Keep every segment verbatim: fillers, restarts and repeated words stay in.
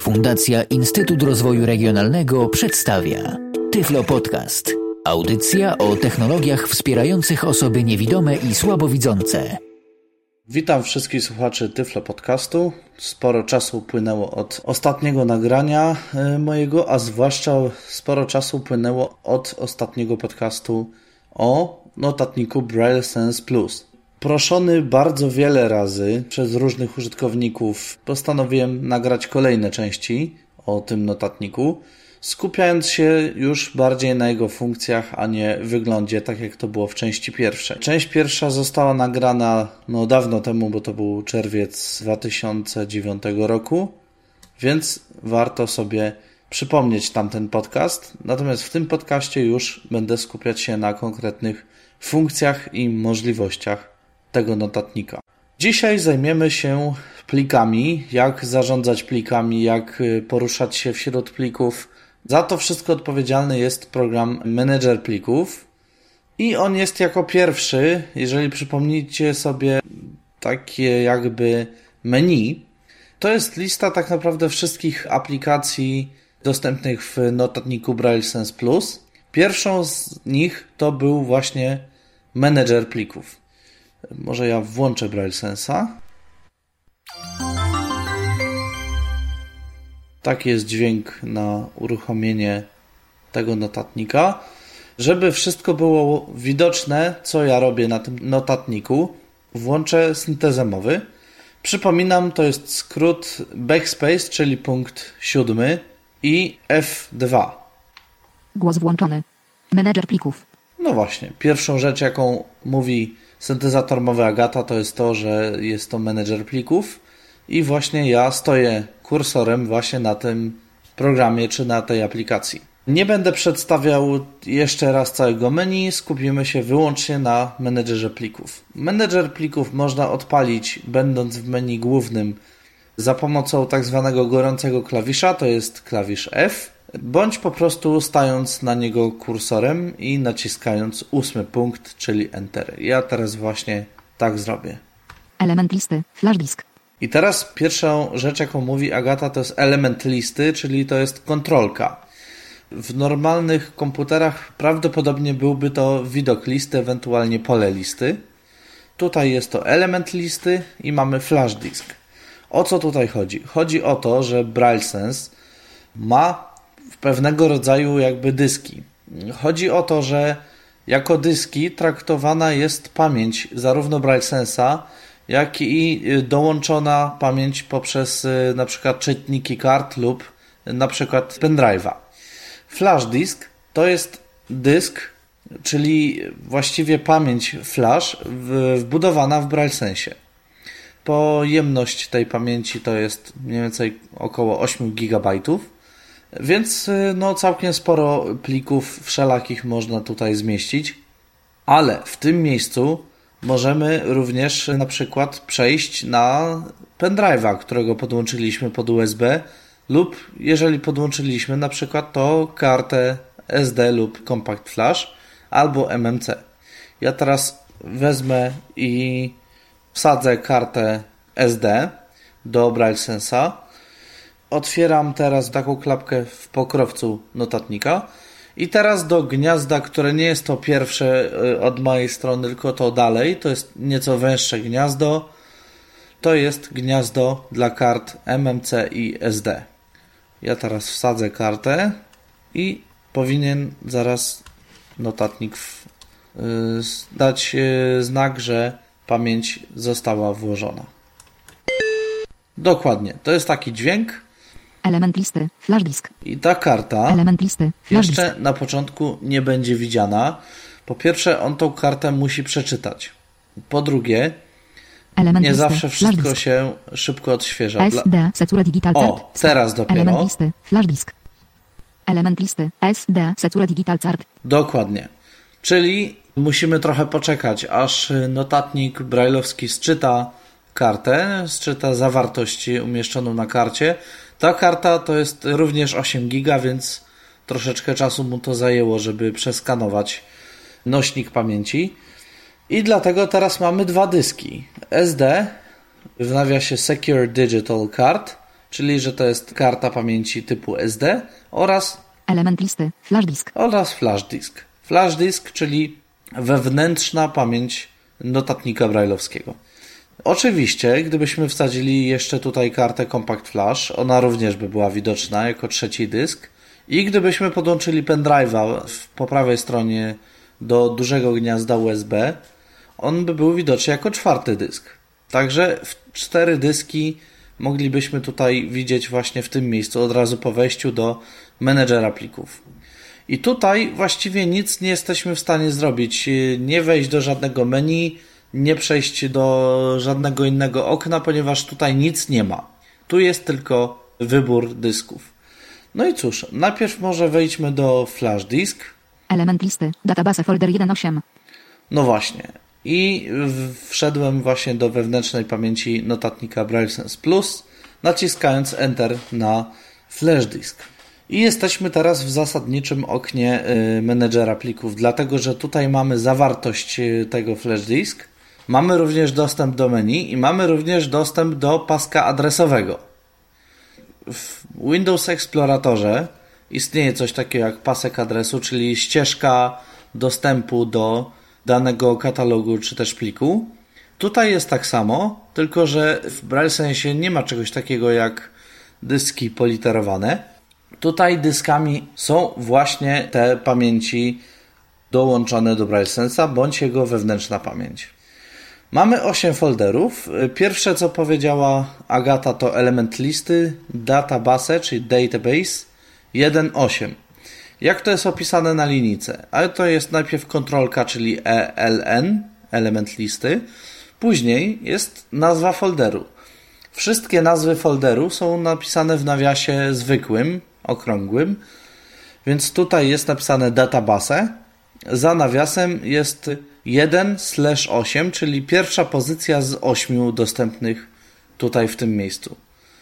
Fundacja Instytut Rozwoju Regionalnego przedstawia Tyflo Podcast. Audycja o technologiach wspierających osoby niewidome i słabowidzące. Witam wszystkich słuchaczy Tyflo Podcastu. Sporo czasu upłynęło od ostatniego nagrania mojego, a zwłaszcza sporo czasu upłynęło od ostatniego podcastu o notatniku Braille Sense Plus. Proszony bardzo wiele razy przez różnych użytkowników, postanowiłem nagrać kolejne części o tym notatniku, skupiając się już bardziej na jego funkcjach, a nie wyglądzie, tak jak to było w części pierwszej. Część pierwsza została nagrana no dawno temu, bo to był czerwiec dwa tysiące dziewiątego roku, więc warto sobie przypomnieć tamten podcast. Natomiast w tym podcaście już będę skupiać się na konkretnych funkcjach i możliwościach tego notatnika. Dzisiaj zajmiemy się plikami, jak zarządzać plikami, jak poruszać się wśród plików. Za to wszystko odpowiedzialny jest program Manager Plików i on jest jako pierwszy, jeżeli przypomnicie sobie takie jakby menu, to jest lista tak naprawdę wszystkich aplikacji dostępnych w notatniku Braille Sense Plus. Pierwszą z nich to był właśnie Manager Plików. Może ja włączę Braille Sense'a. Taki jest dźwięk na uruchomienie tego notatnika. Żeby wszystko było widoczne, co ja robię na tym notatniku, włączę syntezę mowy. Przypominam, to jest skrót backspace, czyli punkt siódmy i F dwa. Głos włączony. Menedżer plików. No właśnie, pierwszą rzecz, jaką mówi syntezator mowy Agata, to jest to, że jest to menedżer plików i właśnie ja stoję kursorem właśnie na tym programie czy na tej aplikacji. Nie będę przedstawiał jeszcze raz całego menu, skupimy się wyłącznie na menedżerze plików. Menedżer plików można odpalić będąc w menu głównym za pomocą tak zwanego gorącego klawisza, to jest klawisz F, bądź po prostu stając na niego kursorem i naciskając ósmy punkt, czyli Enter. Ja teraz właśnie tak zrobię. Element listy, flash disk. I teraz pierwszą rzecz, jaką mówi Agata, to jest element listy, czyli to jest kontrolka. W normalnych komputerach prawdopodobnie byłby to widok listy, ewentualnie pole listy. Tutaj jest to element listy i mamy flash disk. O co tutaj chodzi? Chodzi o to, że Braille Sense ma pewnego rodzaju jakby dyski. Chodzi o to, że jako dyski traktowana jest pamięć zarówno Braille Sense'a, jak i dołączona pamięć poprzez na przykład czytniki kart lub na przykład pendrive'a. Flash disk to jest dysk, czyli właściwie pamięć flash wbudowana w Braille Sensie. Pojemność tej pamięci to jest mniej więcej około osiem gigabajtów, więc no całkiem sporo plików wszelakich można tutaj zmieścić, ale w tym miejscu możemy również na przykład przejść na pendrive'a, którego podłączyliśmy pod U S B lub jeżeli podłączyliśmy na przykład to kartę S D lub Compact Flash albo M M C. Ja teraz wezmę i wsadzę kartę S D do Braille Sense'a. Otwieram teraz taką klapkę w pokrowcu notatnika i teraz do gniazda, które nie jest to pierwsze od mojej strony, tylko to dalej, to jest nieco węższe gniazdo, to jest gniazdo dla kart M M C i S D. Ja teraz wsadzę kartę i powinien zaraz notatnik w, yy, dać yy, znak, że pamięć została włożona. Dokładnie, to jest taki dźwięk. Element listy, flash disk. I ta karta Element listy, flash jeszcze disk. na początku nie będzie widziana. Po pierwsze, on tą kartę musi przeczytać. Po drugie, Element nie listy, zawsze wszystko disk. się szybko odświeża. S D, Secure Digital Card. O, teraz dopiero. Element listy, flash disk. Element listy, S D, Secure Digital Card. Dokładnie. Czyli musimy trochę poczekać, aż notatnik braille'owski sczyta kartę, sczyta zawartość umieszczoną na karcie. Ta karta to jest również osiem giga, więc troszeczkę czasu mu to zajęło, żeby przeskanować nośnik pamięci. I dlatego teraz mamy dwa dyski. S D w nawiasie Secure Digital Card czyli że to jest karta pamięci typu S D oraz Element listy, flash disk. oraz flash disk. Flash disk, czyli wewnętrzna pamięć notatnika brajlowskiego. Oczywiście, gdybyśmy wsadzili jeszcze tutaj kartę Compact Flash, ona również by była widoczna jako trzeci dysk i gdybyśmy podłączyli pendrive'a po prawej stronie do dużego gniazda U S B, on by był widoczny jako czwarty dysk. Także w cztery dyski moglibyśmy tutaj widzieć właśnie w tym miejscu, od razu po wejściu do menedżera plików. I tutaj właściwie nic nie jesteśmy w stanie zrobić. Nie wejść do żadnego menu, nie przejść do żadnego innego okna, ponieważ tutaj nic nie ma. Tu jest tylko wybór dysków. No i cóż, najpierw może wejdźmy do flash disk. Element listy, database folder jeden osiem. No właśnie. I wszedłem właśnie do wewnętrznej pamięci notatnika BrailleSense Plus, naciskając Enter na flash disk. I jesteśmy teraz w zasadniczym oknie menedżera plików, dlatego że tutaj mamy zawartość tego flash disk, mamy również dostęp do menu i mamy również dostęp do paska adresowego. W Windows Exploratorze istnieje coś takiego jak pasek adresu, czyli ścieżka dostępu do danego katalogu czy też pliku. Tutaj jest tak samo, tylko że w BrailleSense nie ma czegoś takiego jak dyski politerowane. Tutaj dyskami są właśnie te pamięci dołączone do BrailleSense'a bądź jego wewnętrzna pamięć. Mamy osiem folderów. Pierwsze co powiedziała Agata to element listy, database, czyli database jeden osiem. Jak to jest opisane na linijce? Ale to jest najpierw kontrolka, czyli E L N, element listy. Później jest nazwa folderu. Wszystkie nazwy folderu są napisane w nawiasie zwykłym, okrągłym, więc tutaj jest napisane database. Za nawiasem jest jeden slash osiem, czyli pierwsza pozycja z ośmiu dostępnych tutaj w tym miejscu.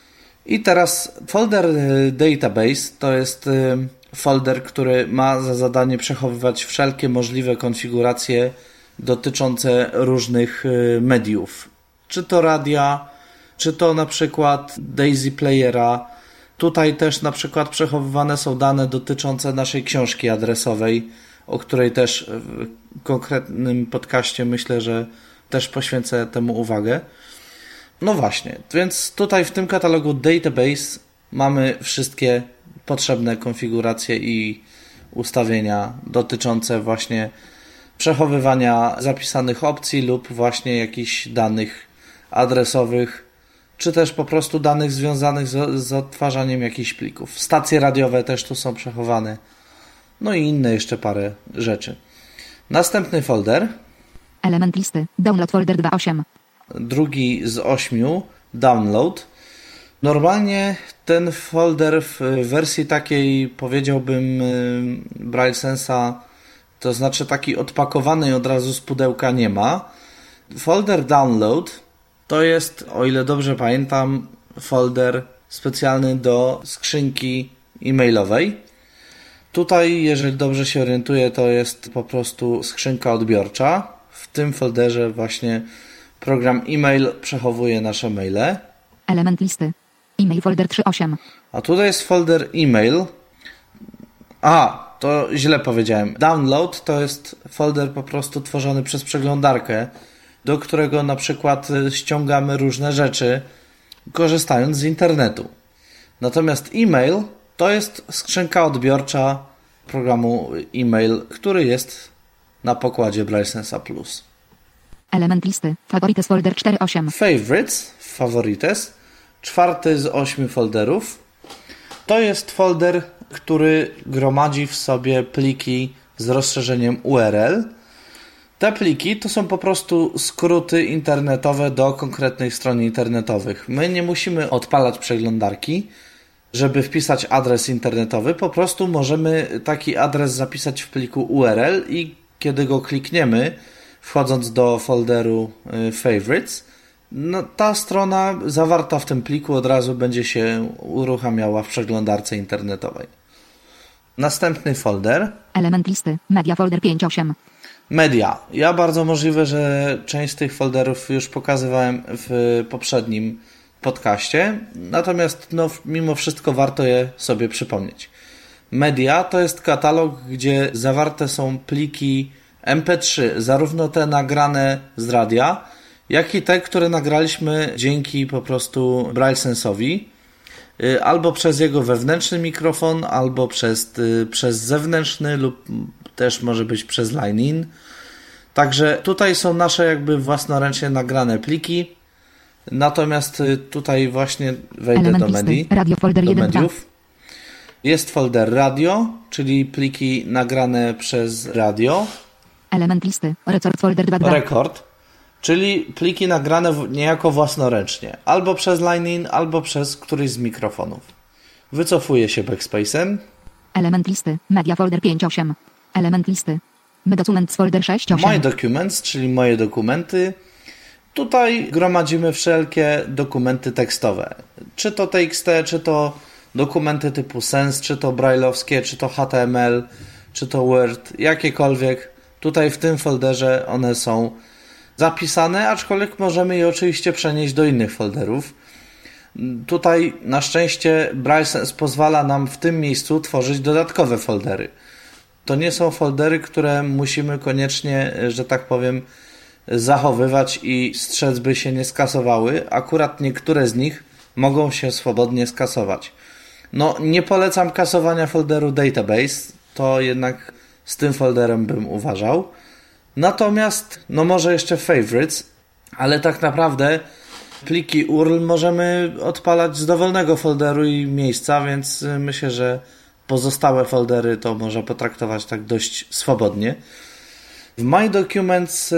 I teraz folder database to jest folder, który ma za zadanie przechowywać wszelkie możliwe konfiguracje dotyczące różnych mediów. Czy to radia, czy to na przykład Daisy Playera. Tutaj też na przykład przechowywane są dane dotyczące naszej książki adresowej, o której też w konkretnym podcaście myślę, że też poświęcę temu uwagę. No właśnie, więc tutaj w tym katalogu database mamy wszystkie potrzebne konfiguracje i ustawienia dotyczące właśnie przechowywania zapisanych opcji lub właśnie jakichś danych adresowych, czy też po prostu danych związanych z, z odtwarzaniem jakichś plików. Stacje radiowe też tu są przechowane. No i inne jeszcze parę rzeczy. Następny folder. Element listy, download folder dwa osiem. Drugi z ośmiu, download. Normalnie ten folder w wersji takiej, powiedziałbym, BrailleSense'a, to znaczy taki odpakowany od razu z pudełka nie ma. Folder download to jest, o ile dobrze pamiętam, folder specjalny do skrzynki e-mailowej. Tutaj, jeżeli dobrze się orientuję, to jest po prostu skrzynka odbiorcza. W tym folderze właśnie program e-mail przechowuje nasze maile. Element listy, e-mail folder trzy osiem. A tutaj jest folder e-mail. A, to źle powiedziałem. Download to jest folder po prostu tworzony przez przeglądarkę, do którego na przykład ściągamy różne rzeczy, korzystając z internetu. Natomiast e-mail to jest skrzynka odbiorcza programu e-mail, który jest na pokładzie BrailleSense'a Plus. Element listy, favorites folder cztery osiem. Favorites, favorites, czwarty z ośmiu folderów. To jest folder, który gromadzi w sobie pliki z rozszerzeniem U R L. Te pliki to są po prostu skróty internetowe do konkretnych stron internetowych. My nie musimy odpalać przeglądarki, żeby wpisać adres internetowy. Po prostu możemy taki adres zapisać w pliku U R L i kiedy go klikniemy, wchodząc do folderu Favorites, no, ta strona zawarta w tym pliku od razu będzie się uruchamiała w przeglądarce internetowej. Następny folder. Element listy, media folder pięć osiem. Media. Ja bardzo możliwe, że część z tych folderów już pokazywałem w poprzednim podcaście, natomiast no, mimo wszystko warto je sobie przypomnieć. Media to jest katalog, gdzie zawarte są pliki em pe trzy, zarówno te nagrane z radia, jak i te, które nagraliśmy dzięki po prostu BrailleSense'owi, albo przez jego wewnętrzny mikrofon, albo przez, przez zewnętrzny, lub też może być przez line-in. Także tutaj są nasze jakby własnoręcznie nagrane pliki. Natomiast tutaj właśnie wejdę Element do listy. medii, Radio folder do jeden, mediów. Jest folder radio, czyli pliki nagrane przez radio. Element listy. Record folder dwa dwa. Rekord, czyli pliki nagrane niejako własnoręcznie. Albo przez line-in, albo przez któryś z mikrofonów. Wycofuję się backspace'em. Element listy. Media folder pięć osiem. Element listy. My documents folder sześć osiem. My documents, czyli moje dokumenty. Tutaj gromadzimy wszelkie dokumenty tekstowe. Czy to T X T, czy to dokumenty typu Sense, czy to brailleowskie, czy to H T M L, czy to Word, jakiekolwiek. Tutaj w tym folderze one są zapisane, aczkolwiek możemy je oczywiście przenieść do innych folderów. Tutaj na szczęście BrailleSense pozwala nam w tym miejscu tworzyć dodatkowe foldery. To nie są foldery, które musimy koniecznie, że tak powiem, zachowywać i strzec by się nie skasowały. Akurat niektóre z nich mogą się swobodnie skasować. No, nie polecam kasowania folderu database, to jednak z tym folderem bym uważał. Natomiast, no może jeszcze favorites, ale tak naprawdę pliki U R L możemy odpalać z dowolnego folderu i miejsca, więc myślę, że pozostałe foldery to można potraktować tak dość swobodnie. W My Documents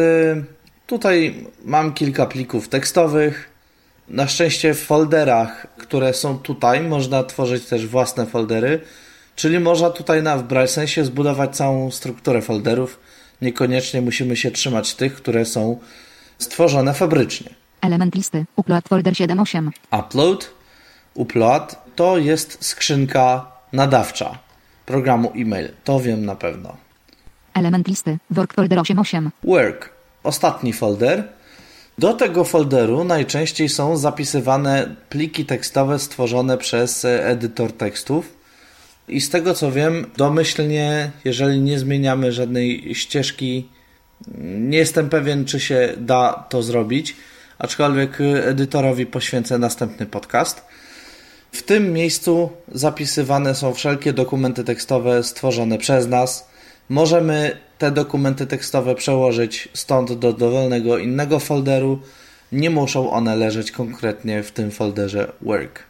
tutaj mam kilka plików tekstowych. Na szczęście w folderach, które są tutaj, można tworzyć też własne foldery, czyli można tutaj na w BrailleSense zbudować całą strukturę folderów. Niekoniecznie musimy się trzymać tych, które są stworzone fabrycznie. Element listy. Upload folder siedem osiem. Upload, upload to jest skrzynka nadawcza programu e-mail. To wiem na pewno. Element listy. Work folder osiem osiem. Work, ostatni folder. Do tego folderu najczęściej są zapisywane pliki tekstowe stworzone przez edytor tekstów. I z tego co wiem, domyślnie, jeżeli nie zmieniamy żadnej ścieżki, nie jestem pewien, czy się da to zrobić, aczkolwiek edytorowi poświęcę następny podcast. W tym miejscu zapisywane są wszelkie dokumenty tekstowe stworzone przez nas. Możemy te dokumenty tekstowe przełożyć stąd do dowolnego innego folderu. Nie muszą one leżeć konkretnie w tym folderze Work.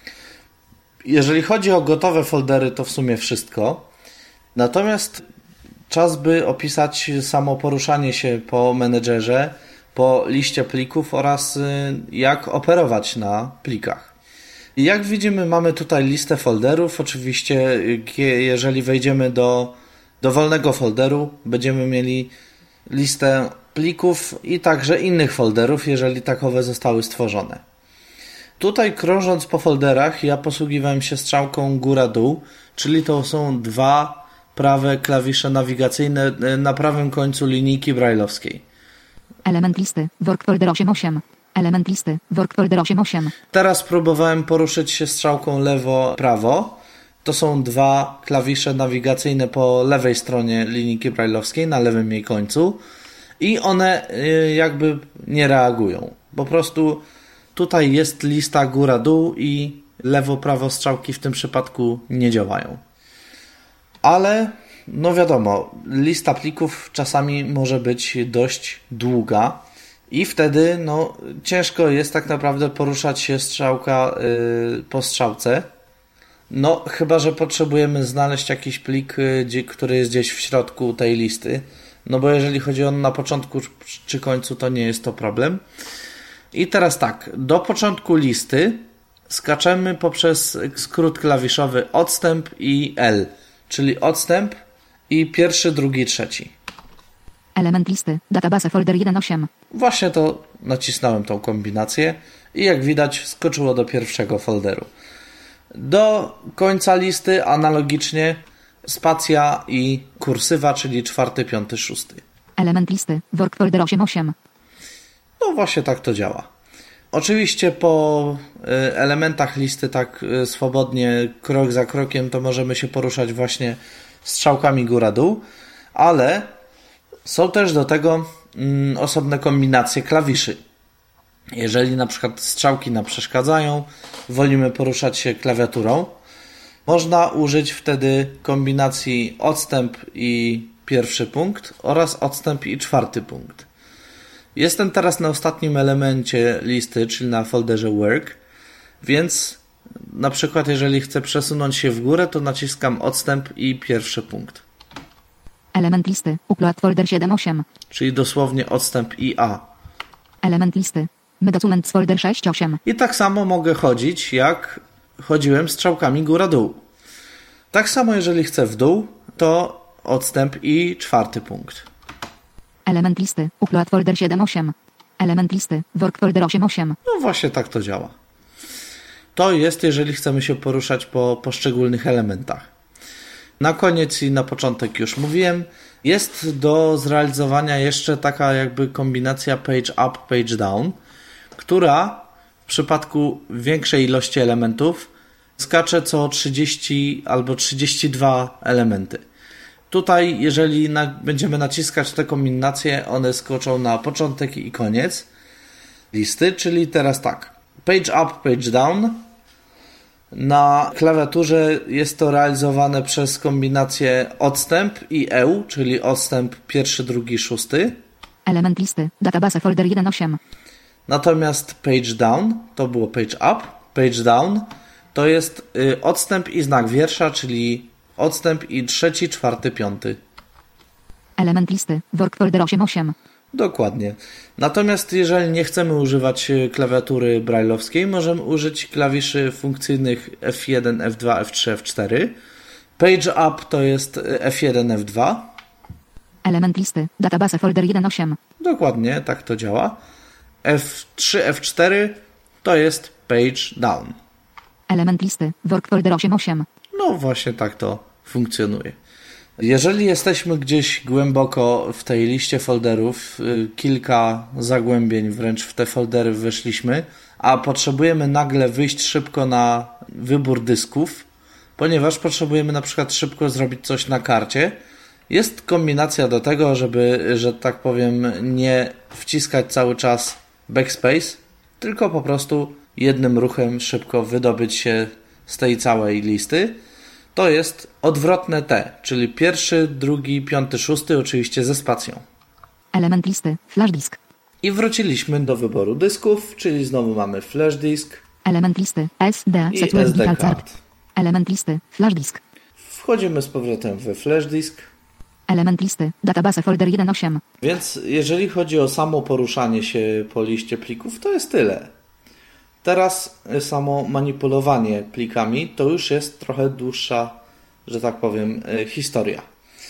Jeżeli chodzi o gotowe foldery, to w sumie wszystko. Natomiast czas by opisać samo poruszanie się po menedżerze, po liście plików oraz jak operować na plikach. Jak widzimy, mamy tutaj listę folderów. Oczywiście, jeżeli wejdziemy do dowolnego folderu, będziemy mieli listę plików i także innych folderów, jeżeli takowe zostały stworzone. Tutaj krążąc po folderach, ja posługiwałem się strzałką góra-dół, czyli to są dwa prawe klawisze nawigacyjne na prawym końcu linijki brailleowskiej. Element listy. Work folder osiem osiem. Element listy. Work folder osiem osiem. Teraz próbowałem poruszyć się strzałką lewo-prawo. To są dwa klawisze nawigacyjne po lewej stronie linijki brailleowskiej, na lewym jej końcu. I one jakby nie reagują. Po prostu tutaj jest lista góra-dół i lewo-prawo strzałki w tym przypadku nie działają. Ale no wiadomo, lista plików czasami może być dość długa i wtedy no, ciężko jest tak naprawdę poruszać się strzałka yy, po strzałce. No chyba, że potrzebujemy znaleźć jakiś plik, yy, który jest gdzieś w środku tej listy. No bo jeżeli chodzi o na początku czy końcu, to nie jest to problem. I teraz tak, do początku listy skaczemy poprzez skrót klawiszowy odstęp i L, czyli odstęp i pierwszy, drugi, trzeci. Element listy. Database folder jeden osiem. Właśnie to nacisnąłem tą kombinację i jak widać skoczyło do pierwszego folderu. Do końca listy analogicznie spacja i kursywa, czyli czwarty, piąty, szósty. Element listy. Work folder osiem osiem. No właśnie tak to działa. Oczywiście po elementach listy tak swobodnie, krok za krokiem, to możemy się poruszać właśnie strzałkami góra-dół, ale są też do tego mm, osobne kombinacje klawiszy. Jeżeli na przykład strzałki nam przeszkadzają, wolimy poruszać się klawiaturą, można użyć wtedy kombinacji odstęp i pierwszy punkt oraz odstęp i czwarty punkt. Jestem teraz na ostatnim elemencie listy, czyli na folderze Work, więc na przykład jeżeli chcę przesunąć się w górę, to naciskam odstęp i pierwszy punkt. Element listy. Upload folder siedem osiem. Czyli dosłownie odstęp i A. Element listy. My document folder sześć osiem. I tak samo mogę chodzić, jak chodziłem strzałkami góra-dół. Tak samo jeżeli chcę w dół, to odstęp i czwarty punkt. Element listy. Upload folder siedem osiem. Element listy. Work folder osiem osiem. No właśnie tak to działa. To jest, jeżeli chcemy się poruszać po poszczególnych elementach. Na koniec i na początek już mówiłem, jest do zrealizowania jeszcze taka jakby kombinacja page up, page down, która w przypadku większej ilości elementów skacze co trzydzieści albo trzydzieści dwa elementy. Tutaj, jeżeli na, będziemy naciskać te kombinacje, one skoczą na początek i koniec listy, czyli teraz tak. Page up, page down. Na klawiaturze jest to realizowane przez kombinację odstęp i E, czyli odstęp pierwszy, drugi, szósty. Element listy. Database folder jeden osiem. Natomiast page down to było page up. Page down to jest y, odstęp i znak wiersza, czyli odstęp i trzeci, czwarty, piąty. Element listy. Work folder osiem osiem. Dokładnie. Natomiast jeżeli nie chcemy używać klawiatury brailleowskiej, możemy użyć klawiszy funkcyjnych F jeden, F dwa, F trzy, F cztery. Page up to jest F jeden, F dwa. Element listy. Database folder jeden osiem. Dokładnie, tak to działa. F trzy, F cztery to jest page down. Element listy. Work folder osiem osiem. No właśnie tak to funkcjonuje. Jeżeli jesteśmy gdzieś głęboko w tej liście folderów, kilka zagłębień wręcz w te foldery weszliśmy, a potrzebujemy nagle wyjść szybko na wybór dysków, ponieważ potrzebujemy na przykład szybko zrobić coś na karcie, jest kombinacja do tego, żeby, że tak powiem, nie wciskać cały czas backspace, tylko po prostu jednym ruchem szybko wydobyć się z tej całej listy. To jest odwrotne T, czyli pierwszy, drugi, piąty, szósty, oczywiście ze spacją. Element listy. Flash disk. I wróciliśmy do wyboru dysków, czyli znowu mamy flash disk. Element listy. S D. I S D card. Element listy. Flash disk. Wchodzimy z powrotem we flash disk. Element listy. Database folder jeden osiem. Więc jeżeli chodzi o samo poruszanie się po liście plików, to jest tyle. Teraz samo manipulowanie plikami to już jest trochę dłuższa, że tak powiem, historia.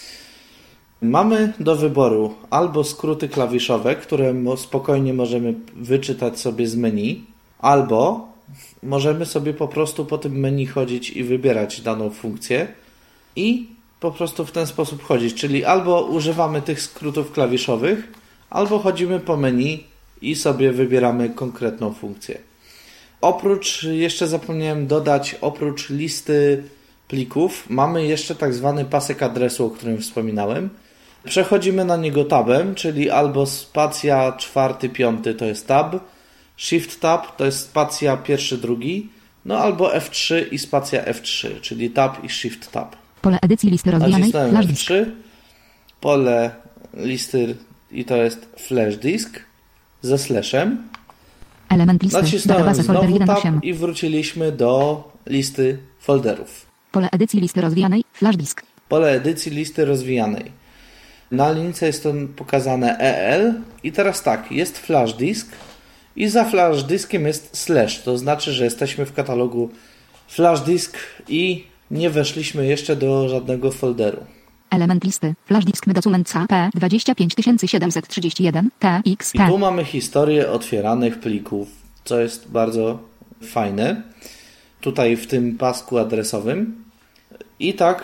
Mamy do wyboru albo skróty klawiszowe, które spokojnie możemy wyczytać sobie z menu, albo możemy sobie po prostu po tym menu chodzić i wybierać daną funkcję i po prostu w ten sposób chodzić. Czyli albo używamy tych skrótów klawiszowych, albo chodzimy po menu i sobie wybieramy konkretną funkcję. Oprócz, jeszcze zapomniałem dodać, oprócz listy plików mamy jeszcze tak zwany pasek adresu, o którym wspominałem. Przechodzimy na niego tabem, czyli albo spacja czwarty, piąty to jest tab, shift tab to jest spacja pierwszy, drugi, no albo F trzy i spacja F trzy, czyli tab i shift tab. Pole edycji listy rozwijanej, flash F trzy, pole listy i to jest flash disk ze slashem. Element listy. Nacisnąłem znowu tab i wróciliśmy do listy folderów. Pole edycji listy rozwijanej, flash disk. Pole edycji listy rozwijanej. Na linijce jest to pokazane E L i teraz tak, jest flash disk i za flash diskiem jest slash, to znaczy, że jesteśmy w katalogu flash disk i nie weszliśmy jeszcze do żadnego folderu. Element listy. Flash disk document C P dwadzieścia pięć tysięcy siedemset trzydzieści jeden T X T. I tu mamy historię otwieranych plików, co jest bardzo fajne. Tutaj w tym pasku adresowym. I tak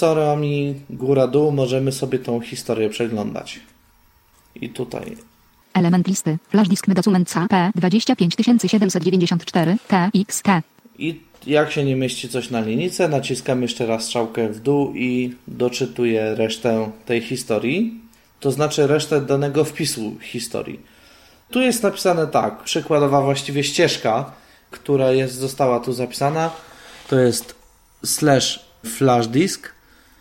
kursorami góra-dół możemy sobie tą historię przeglądać. I tutaj. Element listy. Flash disk document C P dwadzieścia pięć tysięcy siedemset dziewięćdziesiąt cztery T X T. I jak się nie mieści coś na linijce, naciskam jeszcze raz strzałkę w dół i doczytuję resztę tej historii. To znaczy resztę danego wpisu historii. Tu jest napisane tak, przykładowa właściwie ścieżka, która jest, została tu zapisana, to jest slash flash disk,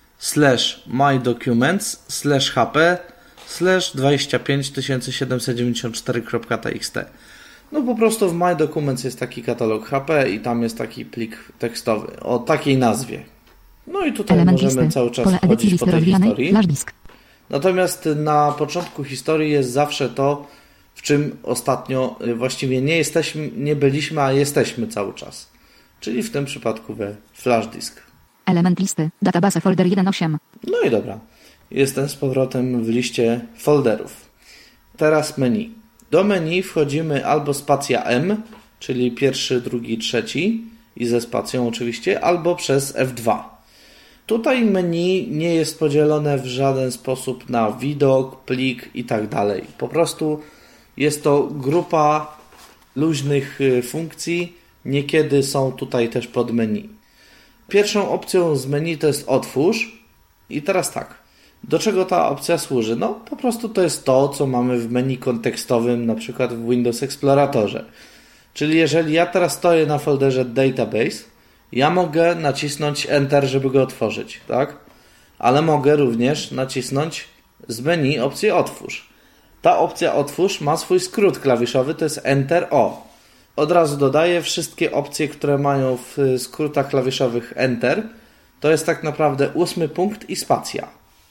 slash my documents, slash hp, slash dwadzieścia pięć tysięcy siedemset dziewięćdziesiąt cztery kropka t x t. No po prostu w my documents jest taki katalog H P i tam jest taki plik tekstowy o takiej nazwie. No i tutaj Element możemy listy. cały czas Pole chodzić edycji po listy tej rozwijanej. historii. Flash disk. Natomiast na początku historii jest zawsze to, w czym ostatnio właściwie nie jesteśmy, nie byliśmy, a jesteśmy cały czas. Czyli w tym przypadku we flash disk. Element listy. Database folder jeden osiem. No i dobra. Jestem z powrotem w liście folderów. Teraz menu. Do menu wchodzimy albo spacja M, czyli pierwszy, drugi, trzeci i ze spacją oczywiście, albo przez F dwa. Tutaj menu nie jest podzielone w żaden sposób na widok, plik i tak dalej. Po prostu jest to grupa luźnych funkcji. Niekiedy są tutaj też pod menu. Pierwszą opcją z menu to jest otwórz. I teraz tak. Do czego ta opcja służy? No po prostu to jest to, co mamy w menu kontekstowym, na przykład w Windows Exploratorze. Czyli jeżeli ja teraz stoję na folderze Database, ja mogę nacisnąć Enter, żeby go otworzyć, tak? Ale mogę również nacisnąć z menu opcję Otwórz. Ta opcja Otwórz ma swój skrót klawiszowy, to jest Enter O. Od razu dodaję, wszystkie opcje, które mają w skrótach klawiszowych Enter, to jest tak naprawdę ósmy punkt i spacja.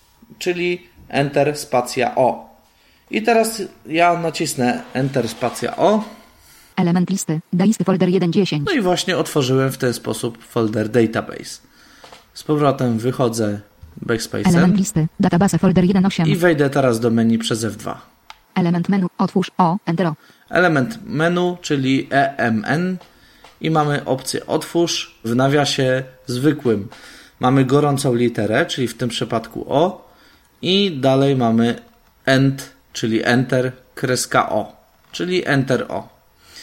Czyli Enter, spacja O. I teraz ja nacisnę Enter, spacja O. Element listy. Listy folder jeden dziesięć. No i właśnie otworzyłem w ten sposób folder Database. Z powrotem wychodzę backspace'em. Element listy. Database folder jeden osiem. I wejdę teraz do menu przez F dwa. Element menu. Otwórz O. Enter O. Element menu, czyli E M N i mamy opcję otwórz. W nawiasie zwykłym mamy gorącą literę, czyli w tym przypadku O i dalej mamy End, czyli Enter, kreska O, czyli Enter O.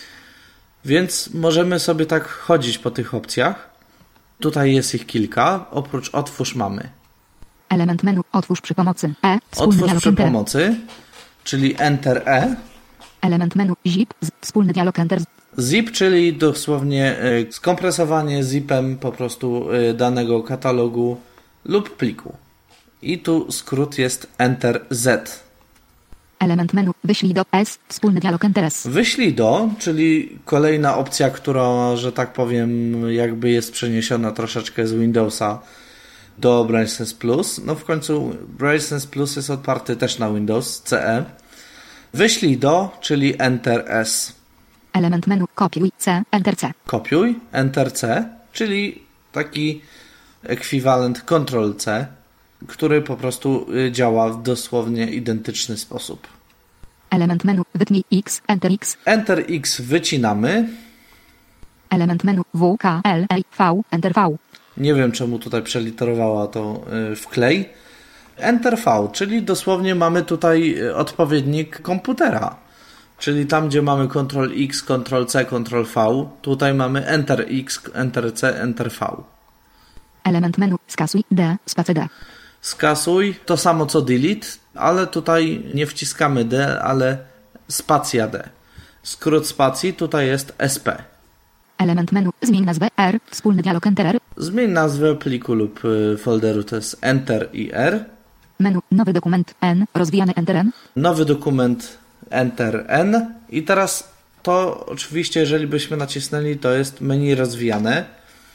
Więc możemy sobie tak chodzić po tych opcjach. Tutaj jest ich kilka. Oprócz otwórz mamy Element menu. Otwórz przy pomocy E. Wspólny otwórz dialog przy Enter. pomocy, czyli Enter E. Element menu. Zip. Z, wspólny dialog Enter. Zip, czyli dosłownie y, skompresowanie zipem po prostu y, danego katalogu lub pliku. I tu skrót jest Enter Z. Element menu. Wyślij do S. Wspólny dialog Enter S. Wyślij do, czyli kolejna opcja, która, że tak powiem, jakby jest przeniesiona troszeczkę z Windowsa do BrainSense Plus. No w końcu BrainSense Plus jest oparty też na Windows C E. Wyślij do, czyli Enter S. Element menu. Kopiuj C. Enter C. Kopiuj, Enter C, czyli taki ekwiwalent Ctrl C, który po prostu działa w dosłownie identyczny sposób. Element menu. Wytnij X. Enter X. Enter X wycinamy. Element menu. W. K. L. E. V. Enter V. Nie wiem, czemu tutaj przeliterowała to w klej. Enter V, czyli dosłownie mamy tutaj odpowiednik komputera. Czyli tam, gdzie mamy Ctrl X, Ctrl C, Ctrl V, tutaj mamy Enter X, Enter C, Enter V. Element menu. Skasuj D. Spacer D. Skasuj, to samo co delete, ale tutaj nie wciskamy D, ale spacja D. Skrót spacji tutaj jest S P. Element menu. Zmień nazwę R. Wspólny dialog Enter R. Zmień nazwę pliku lub folderu, to jest Enter i R. Menu. Nowy dokument N. Rozwijany Enter N. Nowy dokument Enter N. I teraz to oczywiście, jeżeli byśmy nacisnęli, to jest menu rozwijane.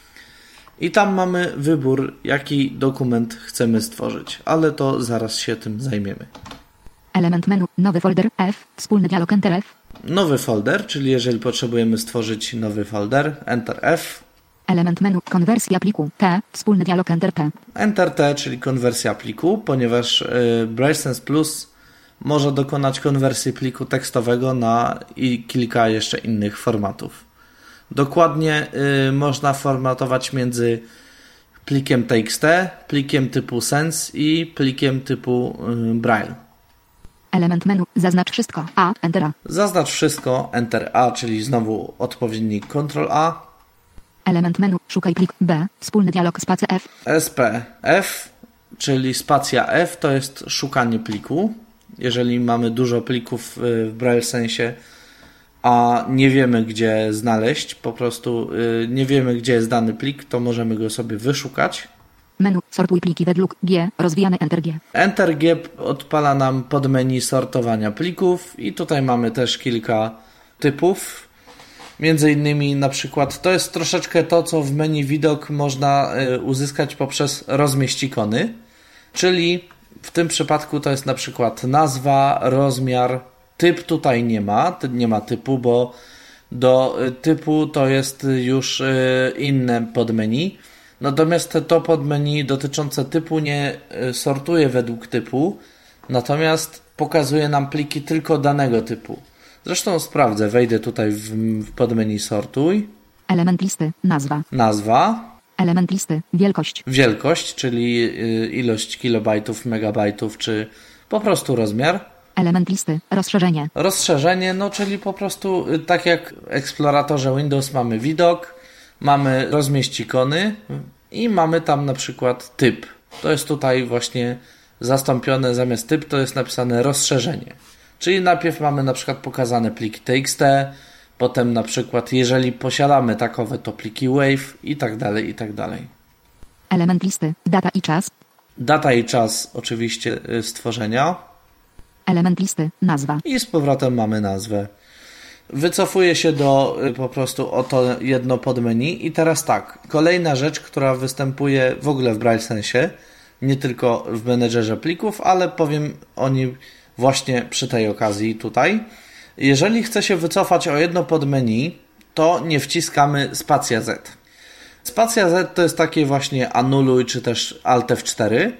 I tam mamy wybór, jaki dokument chcemy stworzyć, ale to zaraz się tym zajmiemy. Element menu. Nowy folder F. Wspólny dialog Enter F. Nowy folder, czyli jeżeli potrzebujemy stworzyć nowy folder, Enter F. Element menu. Konwersja pliku T. Wspólny dialog Enter T. Enter T, czyli konwersja pliku, ponieważ yy, BrainSense Plus może dokonać konwersji pliku tekstowego na i kilka jeszcze innych formatów. Dokładnie y, można formatować między plikiem T X T, plikiem typu Sense i plikiem typu y, Braille. Element menu. Zaznacz wszystko. A. Enter A. Zaznacz wszystko. Enter A, czyli znowu odpowiednik Ctrl A. Element menu. Szukaj plik. B. Wspólny dialog spacja F. S P F, czyli spacja F, to jest szukanie pliku. Jeżeli mamy dużo plików w Braille Sensie, a nie wiemy gdzie znaleźć, po prostu nie wiemy gdzie jest dany plik, to możemy go sobie wyszukać. Menu. Sortuj pliki według G. Rozwijany Enter G. Enter G odpala nam podmenu sortowania plików i tutaj mamy też kilka typów. Między innymi na przykład to jest troszeczkę to, co w menu widok można uzyskać poprzez rozmieść ikony, czyli w tym przypadku to jest na przykład nazwa, rozmiar, typ tutaj nie ma, nie ma typu, bo do typu to jest już inne podmenu. Natomiast to podmenu dotyczące typu nie sortuje według typu, natomiast pokazuje nam pliki tylko danego typu. Zresztą sprawdzę, wejdę tutaj w, w podmenu sortuj. Element listy. Nazwa. Nazwa. Element listy. Wielkość. Wielkość, czyli ilość kilobajtów, megabajtów, czy po prostu rozmiar. Element listy. Rozszerzenie. Rozszerzenie, no czyli po prostu tak jak w eksploratorze Windows mamy widok, mamy rozmieść ikony i mamy tam na przykład typ. To jest tutaj właśnie zastąpione, zamiast typ to jest napisane rozszerzenie. Czyli najpierw mamy na przykład pokazane pliki T X T, potem na przykład jeżeli posiadamy takowe to pliki WAV i tak dalej, i tak dalej. Element listy. Data i czas. Data i czas oczywiście stworzenia. Element listy. Nazwa. I z powrotem mamy nazwę. Wycofuję się do po prostu oto jedno podmenu i teraz tak, kolejna rzecz, która występuje w ogóle w Braille Sensie, nie tylko w menedżerze plików, ale powiem o nim właśnie przy tej okazji tutaj. Jeżeli chcę się wycofać o jedno podmenu, to nie wciskamy spacja Z. Spacja Z to jest takie właśnie anuluj, czy też Alt F cztery.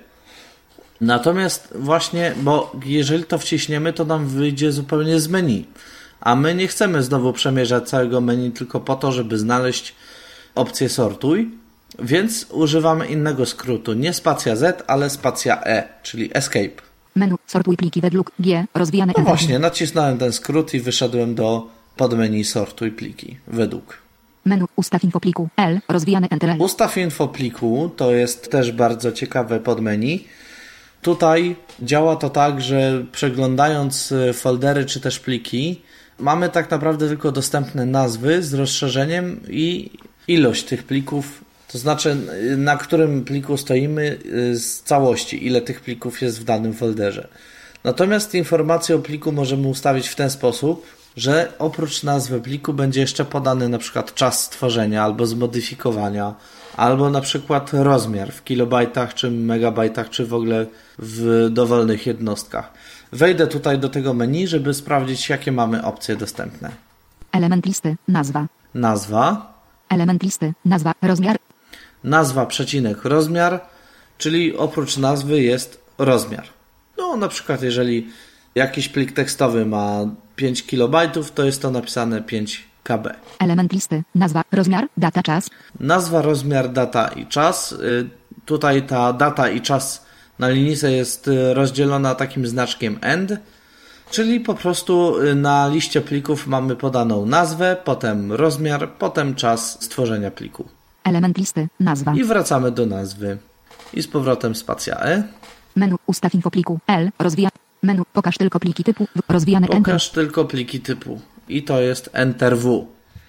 Natomiast właśnie, bo jeżeli to wciśniemy, to nam wyjdzie zupełnie z menu. A my nie chcemy znowu przemierzać całego menu tylko po to, żeby znaleźć opcję sortuj, więc używamy innego skrótu. Nie spacja Z, ale spacja E, czyli escape. Menu, sortuj pliki według G, rozwijane No właśnie, nacisnąłem ten skrót i wyszedłem do podmenu sortuj pliki według. Menu, ustaw info pliku L, rozwijane Enter L. Ustaw info pliku to jest też bardzo ciekawe podmenu. Tutaj działa to tak, że przeglądając foldery czy też pliki, mamy tak naprawdę tylko dostępne nazwy z rozszerzeniem i ilość tych plików, to znaczy na którym pliku stoimy z całości, ile tych plików jest w danym folderze. Natomiast informację o pliku możemy ustawić w ten sposób, że oprócz nazwy pliku będzie jeszcze podany na przykład czas stworzenia albo zmodyfikowania, albo na przykład rozmiar w kilobajtach, czy megabajtach, czy w ogóle w dowolnych jednostkach. Wejdę tutaj do tego menu, żeby sprawdzić, jakie mamy opcje dostępne. Element listy, nazwa. Nazwa. Element listy, nazwa, rozmiar. Nazwa, przecinek, rozmiar, czyli oprócz nazwy jest rozmiar. No na przykład jeżeli jakiś plik tekstowy ma pięć kilobajtów, to jest to napisane pięć K B. Element listy, nazwa, rozmiar, data, czas. Nazwa, rozmiar, data i czas. Tutaj ta data i czas na linijce jest rozdzielona takim znaczkiem AND, czyli po prostu na liście plików mamy podaną nazwę, potem rozmiar, potem czas stworzenia pliku. Element listy, nazwa. I wracamy do nazwy. I z powrotem spacja E. Menu, ustaw info pliku L, rozwija. Menu, pokaż tylko pliki typu, rozwijane Enter. Pokaż tylko pliki typu. I to jest Enter W.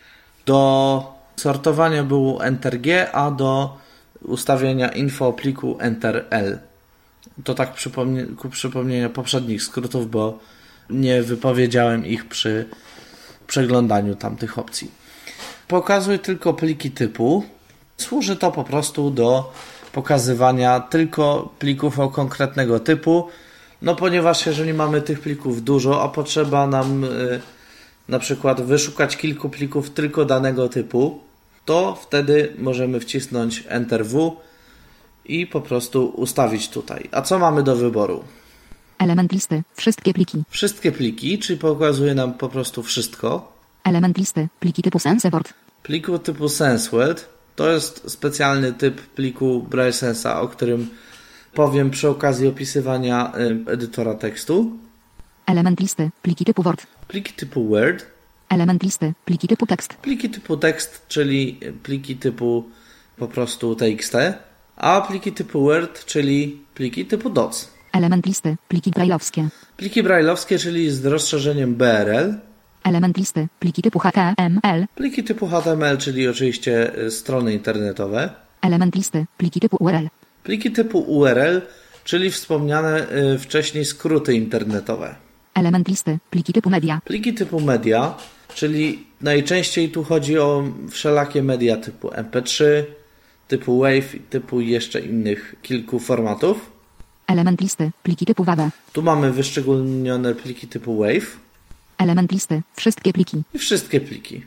Do sortowania było Enter G, a do ustawienia info pliku Enter L. To tak przypomnie, ku przypomnieniu poprzednich skrótów, bo nie wypowiedziałem ich przy przeglądaniu tamtych opcji. Pokazuj tylko pliki typu. Służy to po prostu do pokazywania tylko plików o konkretnego typu. No ponieważ jeżeli mamy tych plików dużo, a potrzeba nam yy, na przykład wyszukać kilku plików tylko danego typu, to wtedy możemy wcisnąć Enter W i po prostu ustawić tutaj. A co mamy do wyboru? Element listy, wszystkie pliki. Wszystkie pliki, czyli pokazuje nam po prostu wszystko. Element listy, pliki typu SenseWord. Pliku typu SenseWord to jest specjalny typ pliku Braille Sensa, o którym powiem przy okazji opisywania edytora tekstu. Element listy. Pliki typu Word. Pliki typu Word. Element listy. Pliki typu tekst. Pliki typu tekst, czyli pliki typu po prostu T X T. A pliki typu Word, czyli pliki typu doc. Element listy. Pliki brailleowskie. Pliki brailleowskie, czyli z rozszerzeniem B R L. Element listy. Pliki typu H T M L. Pliki typu H T M L, czyli oczywiście strony internetowe. Element listy. Pliki typu U R L. Pliki typu U R L, czyli wspomniane wcześniej skróty internetowe. Element listy. Pliki typu media. Pliki typu media, czyli najczęściej tu chodzi o wszelakie media typu M P trzy, typu WAV i typu jeszcze innych kilku formatów. Element listy. Pliki typu W A V. Tu mamy wyszczególnione pliki typu WAV. Element listy. Wszystkie pliki. I wszystkie pliki.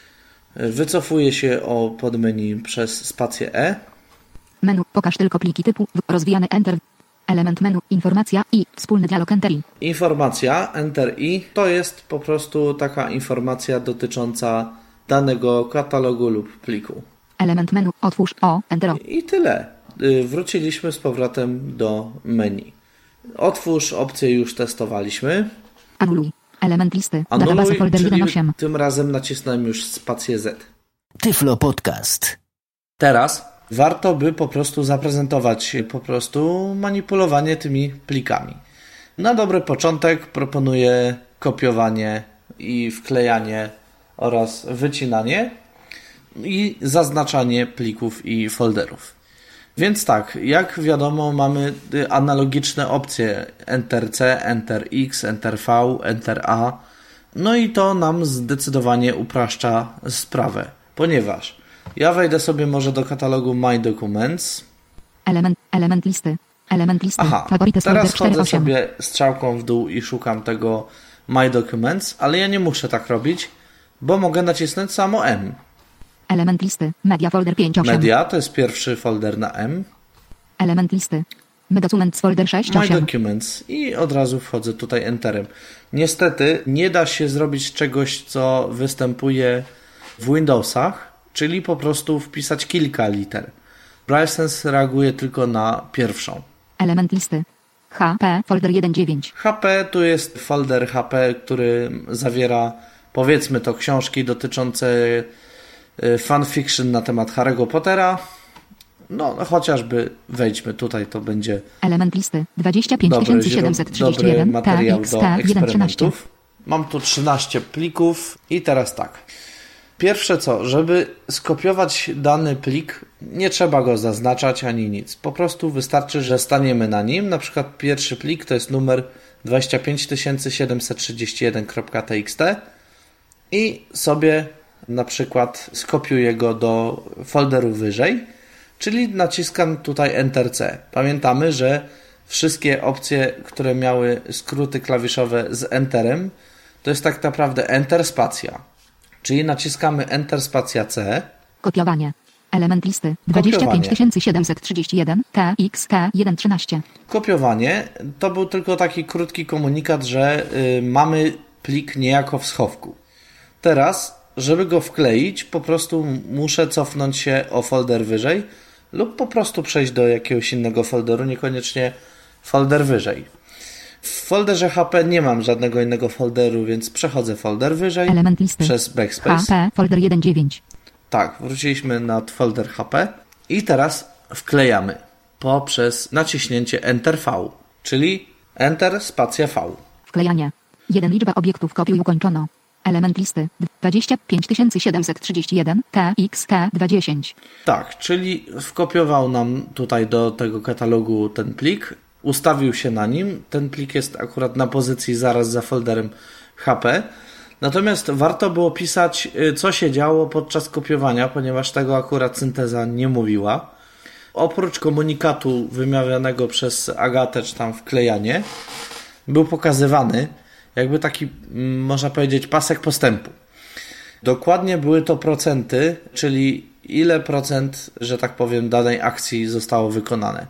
Wycofuje się o podmenu przez spację E. Menu. Pokaż tylko pliki typu w. Rozwijany Enter. Element menu. Informacja i wspólny dialog Enter i. Informacja Enter i to jest po prostu taka informacja dotycząca danego katalogu lub pliku. Element menu. Otwórz o. Enter o. I tyle. Wróciliśmy z powrotem do menu. Otwórz opcję już testowaliśmy. Anuluj. Element listy. Anuluj, Database folder czyli jeden osiem. tym razem nacisnąłem już spację Z. Tyflo Podcast. Teraz warto by po prostu zaprezentować po prostu manipulowanie tymi plikami. Na dobry początek proponuję kopiowanie i wklejanie oraz wycinanie i zaznaczanie plików i folderów. Więc tak, jak wiadomo, mamy analogiczne opcje Enter C, Enter X, Enter V, Enter A. No i to nam zdecydowanie upraszcza sprawę, ponieważ ja wejdę sobie może do katalogu My Documents. Element, element listy. Element listy. Aha, Favorite teraz folder chodzę cztery osiem. sobie strzałką w dół i szukam tego My Documents, ale ja nie muszę tak robić, bo mogę nacisnąć samo M. Element listy. Media folder pięć osiem. Media to jest pierwszy folder na M. Element listy. My Documents folder sześć My osiem. Documents i od razu wchodzę tutaj Enterem. Niestety nie da się zrobić czegoś, co występuje w Windowsach, czyli po prostu wpisać kilka liter. BrailleSense reaguje tylko na pierwszą. Element listy. H P folder jeden dziewięć. H P tu jest folder H P, który zawiera, powiedzmy to, książki dotyczące fanfiction na temat Harry'ego Pottera. No, chociażby wejdźmy tutaj, to będzie Element listy. dwadzieścia pięć dobry, tysięcy siedemset trzydzieści dobry jeden. materiał T X do T jeden trzynaście. eksperymentów. Mam tu trzynaście plików i teraz tak. Pierwsze co, żeby skopiować dany plik, nie trzeba go zaznaczać ani nic. Po prostu wystarczy, że staniemy na nim. Na przykład pierwszy plik to jest numer dwadzieścia pięć tysięcy siedemset trzydzieści jeden kropka t x t i sobie na przykład skopiuję go do folderu wyżej, czyli naciskam tutaj Enter C. Pamiętamy, że wszystkie opcje, które miały skróty klawiszowe z Enterem, to jest tak naprawdę Enter spacja. Czyli naciskamy Enter spacja C. Kopiowanie. Element listy. dwadzieścia pięć tysięcy siedemset trzydzieści jeden. T X T jeden trzynaście. Kopiowanie to był tylko taki krótki komunikat, że y, mamy plik niejako w schowku. Teraz, żeby go wkleić, po prostu muszę cofnąć się o folder wyżej lub po prostu przejść do jakiegoś innego folderu, niekoniecznie folder wyżej. W folderze H P nie mam żadnego innego folderu, więc przechodzę folder wyżej Element listy. przez backspace. H P folder jeden dziewięć. Tak, wróciliśmy na folder H P i teraz wklejamy poprzez naciśnięcie Enter V, czyli Enter spacja V. Wklejanie. jeden liczba obiektów kopiuj ukończono. Element listy. dwadzieścia pięć tysięcy siedemset trzydzieści jeden. T X T dwadzieścia. Tak, czyli wkopiował nam tutaj do tego katalogu ten plik, ustawił się na nim. Ten plik jest akurat na pozycji zaraz za folderem H P. Natomiast warto było pisać, co się działo podczas kopiowania, ponieważ tego akurat synteza nie mówiła. Oprócz komunikatu wymawianego przez Agatę, czy tam wklejanie, był pokazywany jakby taki, można powiedzieć, pasek postępu. Dokładnie były to procenty, czyli ile procent, że tak powiem, danej akcji zostało wykonane.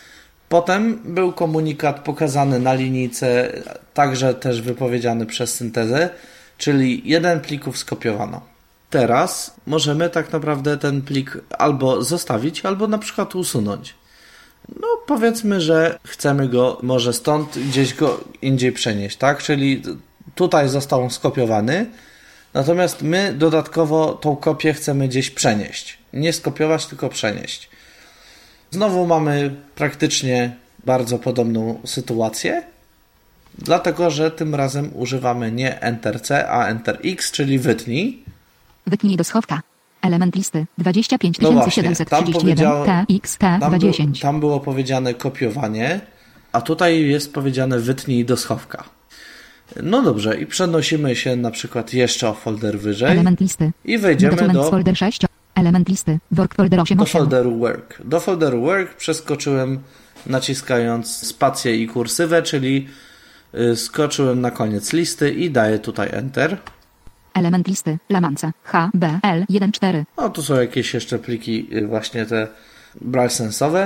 Potem był komunikat pokazany na linijce, także też wypowiedziany przez syntezę, czyli jeden plików skopiowano. Teraz możemy tak naprawdę ten plik albo zostawić, albo na przykład usunąć. No powiedzmy, że chcemy go może stąd gdzieś go indziej przenieść, tak? Czyli tutaj został skopiowany, natomiast my dodatkowo tą kopię chcemy gdzieś przenieść. Nie skopiować, tylko przenieść. Znowu mamy praktycznie bardzo podobną sytuację, dlatego że tym razem używamy nie Enter-C, a Enter-X, czyli wytnij. Wytnij do schowka. Element listy dwadzieścia pięć tysięcy siedemset trzydzieści jeden T X T tam, dwa był, dziesięć. tam było powiedziane kopiowanie, a tutaj jest powiedziane wytnij do schowka. No dobrze, i przenosimy się na przykład jeszcze o folder wyżej. Element listy. I wejdziemy do, folder sześć. Element listy. Work folder osiem do osiem. folderu work. Do folderu work przeskoczyłem naciskając spację i kursywę, czyli y, skoczyłem na koniec listy i daję tutaj Enter. Element listy. Lamance. H B L jeden cztery. No tu są jakieś jeszcze pliki y, właśnie te braillesensowe.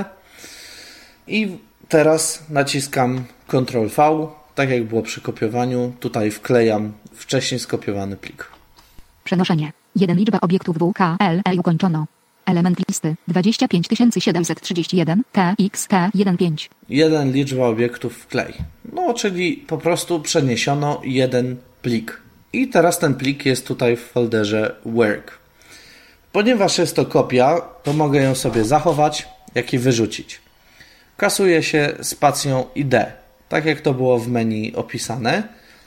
I teraz naciskam kontrol V, tak jak było przy kopiowaniu. Tutaj wklejam wcześniej skopiowany plik. Przenoszenie. jeden Liczba obiektów W K L E ukończono. Element listy dwadzieścia pięć tysięcy siedemset trzydzieści jeden T X T jeden pięć. jeden liczba obiektów wklej. No, czyli po prostu przeniesiono jeden plik. I teraz ten plik jest tutaj w folderze work. Ponieważ jest to kopia, to mogę ją sobie zachować, jak i wyrzucić. Kasuje się spacją i D, tak jak to było w menu opisane.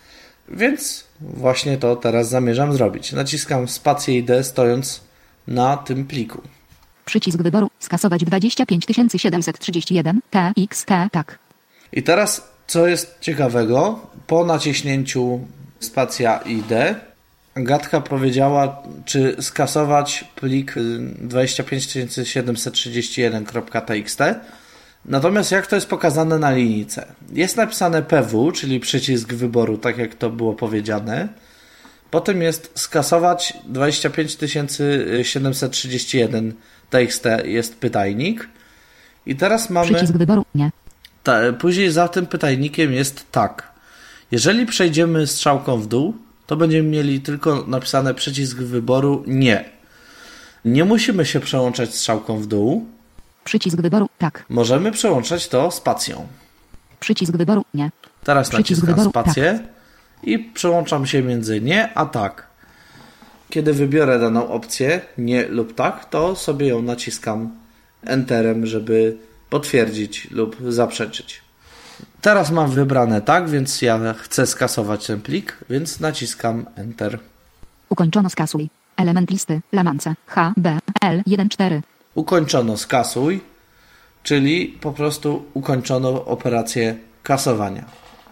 Więc właśnie to teraz zamierzam zrobić. Naciskam spację i D, stojąc na tym pliku. Przycisk wyboru. Skasować dwadzieścia pięć tysięcy siedemset trzydzieści jeden T X T tak. I teraz, co jest ciekawego, po naciśnięciu spacja i D, Agatka powiedziała, czy skasować plik dwadzieścia pięć tysięcy siedemset trzydzieści jeden kropka T X T. Natomiast jak to jest pokazane na linijce? Jest napisane P W, czyli przycisk wyboru, tak jak to było powiedziane. Potem jest skasować dwadzieścia pięć tysięcy siedemset trzydzieści jeden T X T, jest pytajnik. I teraz mamy... Przycisk wyboru, nie. Ta, później za tym pytajnikiem jest tak. Jeżeli przejdziemy strzałką w dół, to będziemy mieli tylko napisane przycisk wyboru nie. Nie musimy się przełączać strzałką w dół. Przycisk wyboru, tak. Możemy przełączać to spacją. Przycisk wyboru, nie. Teraz Przycisk naciskam wyboru, spację tak. i przełączam się między nie a tak. Kiedy wybiorę daną opcję, nie lub tak, to sobie ją naciskam Enterem, żeby potwierdzić lub zaprzeczyć. Teraz mam wybrane tak, więc ja chcę skasować ten plik, więc naciskam Enter. Ukończono skasuj. Element listy. Lamance. H B L jeden cztery. Ukończono skasuj, czyli po prostu ukończono operację kasowania.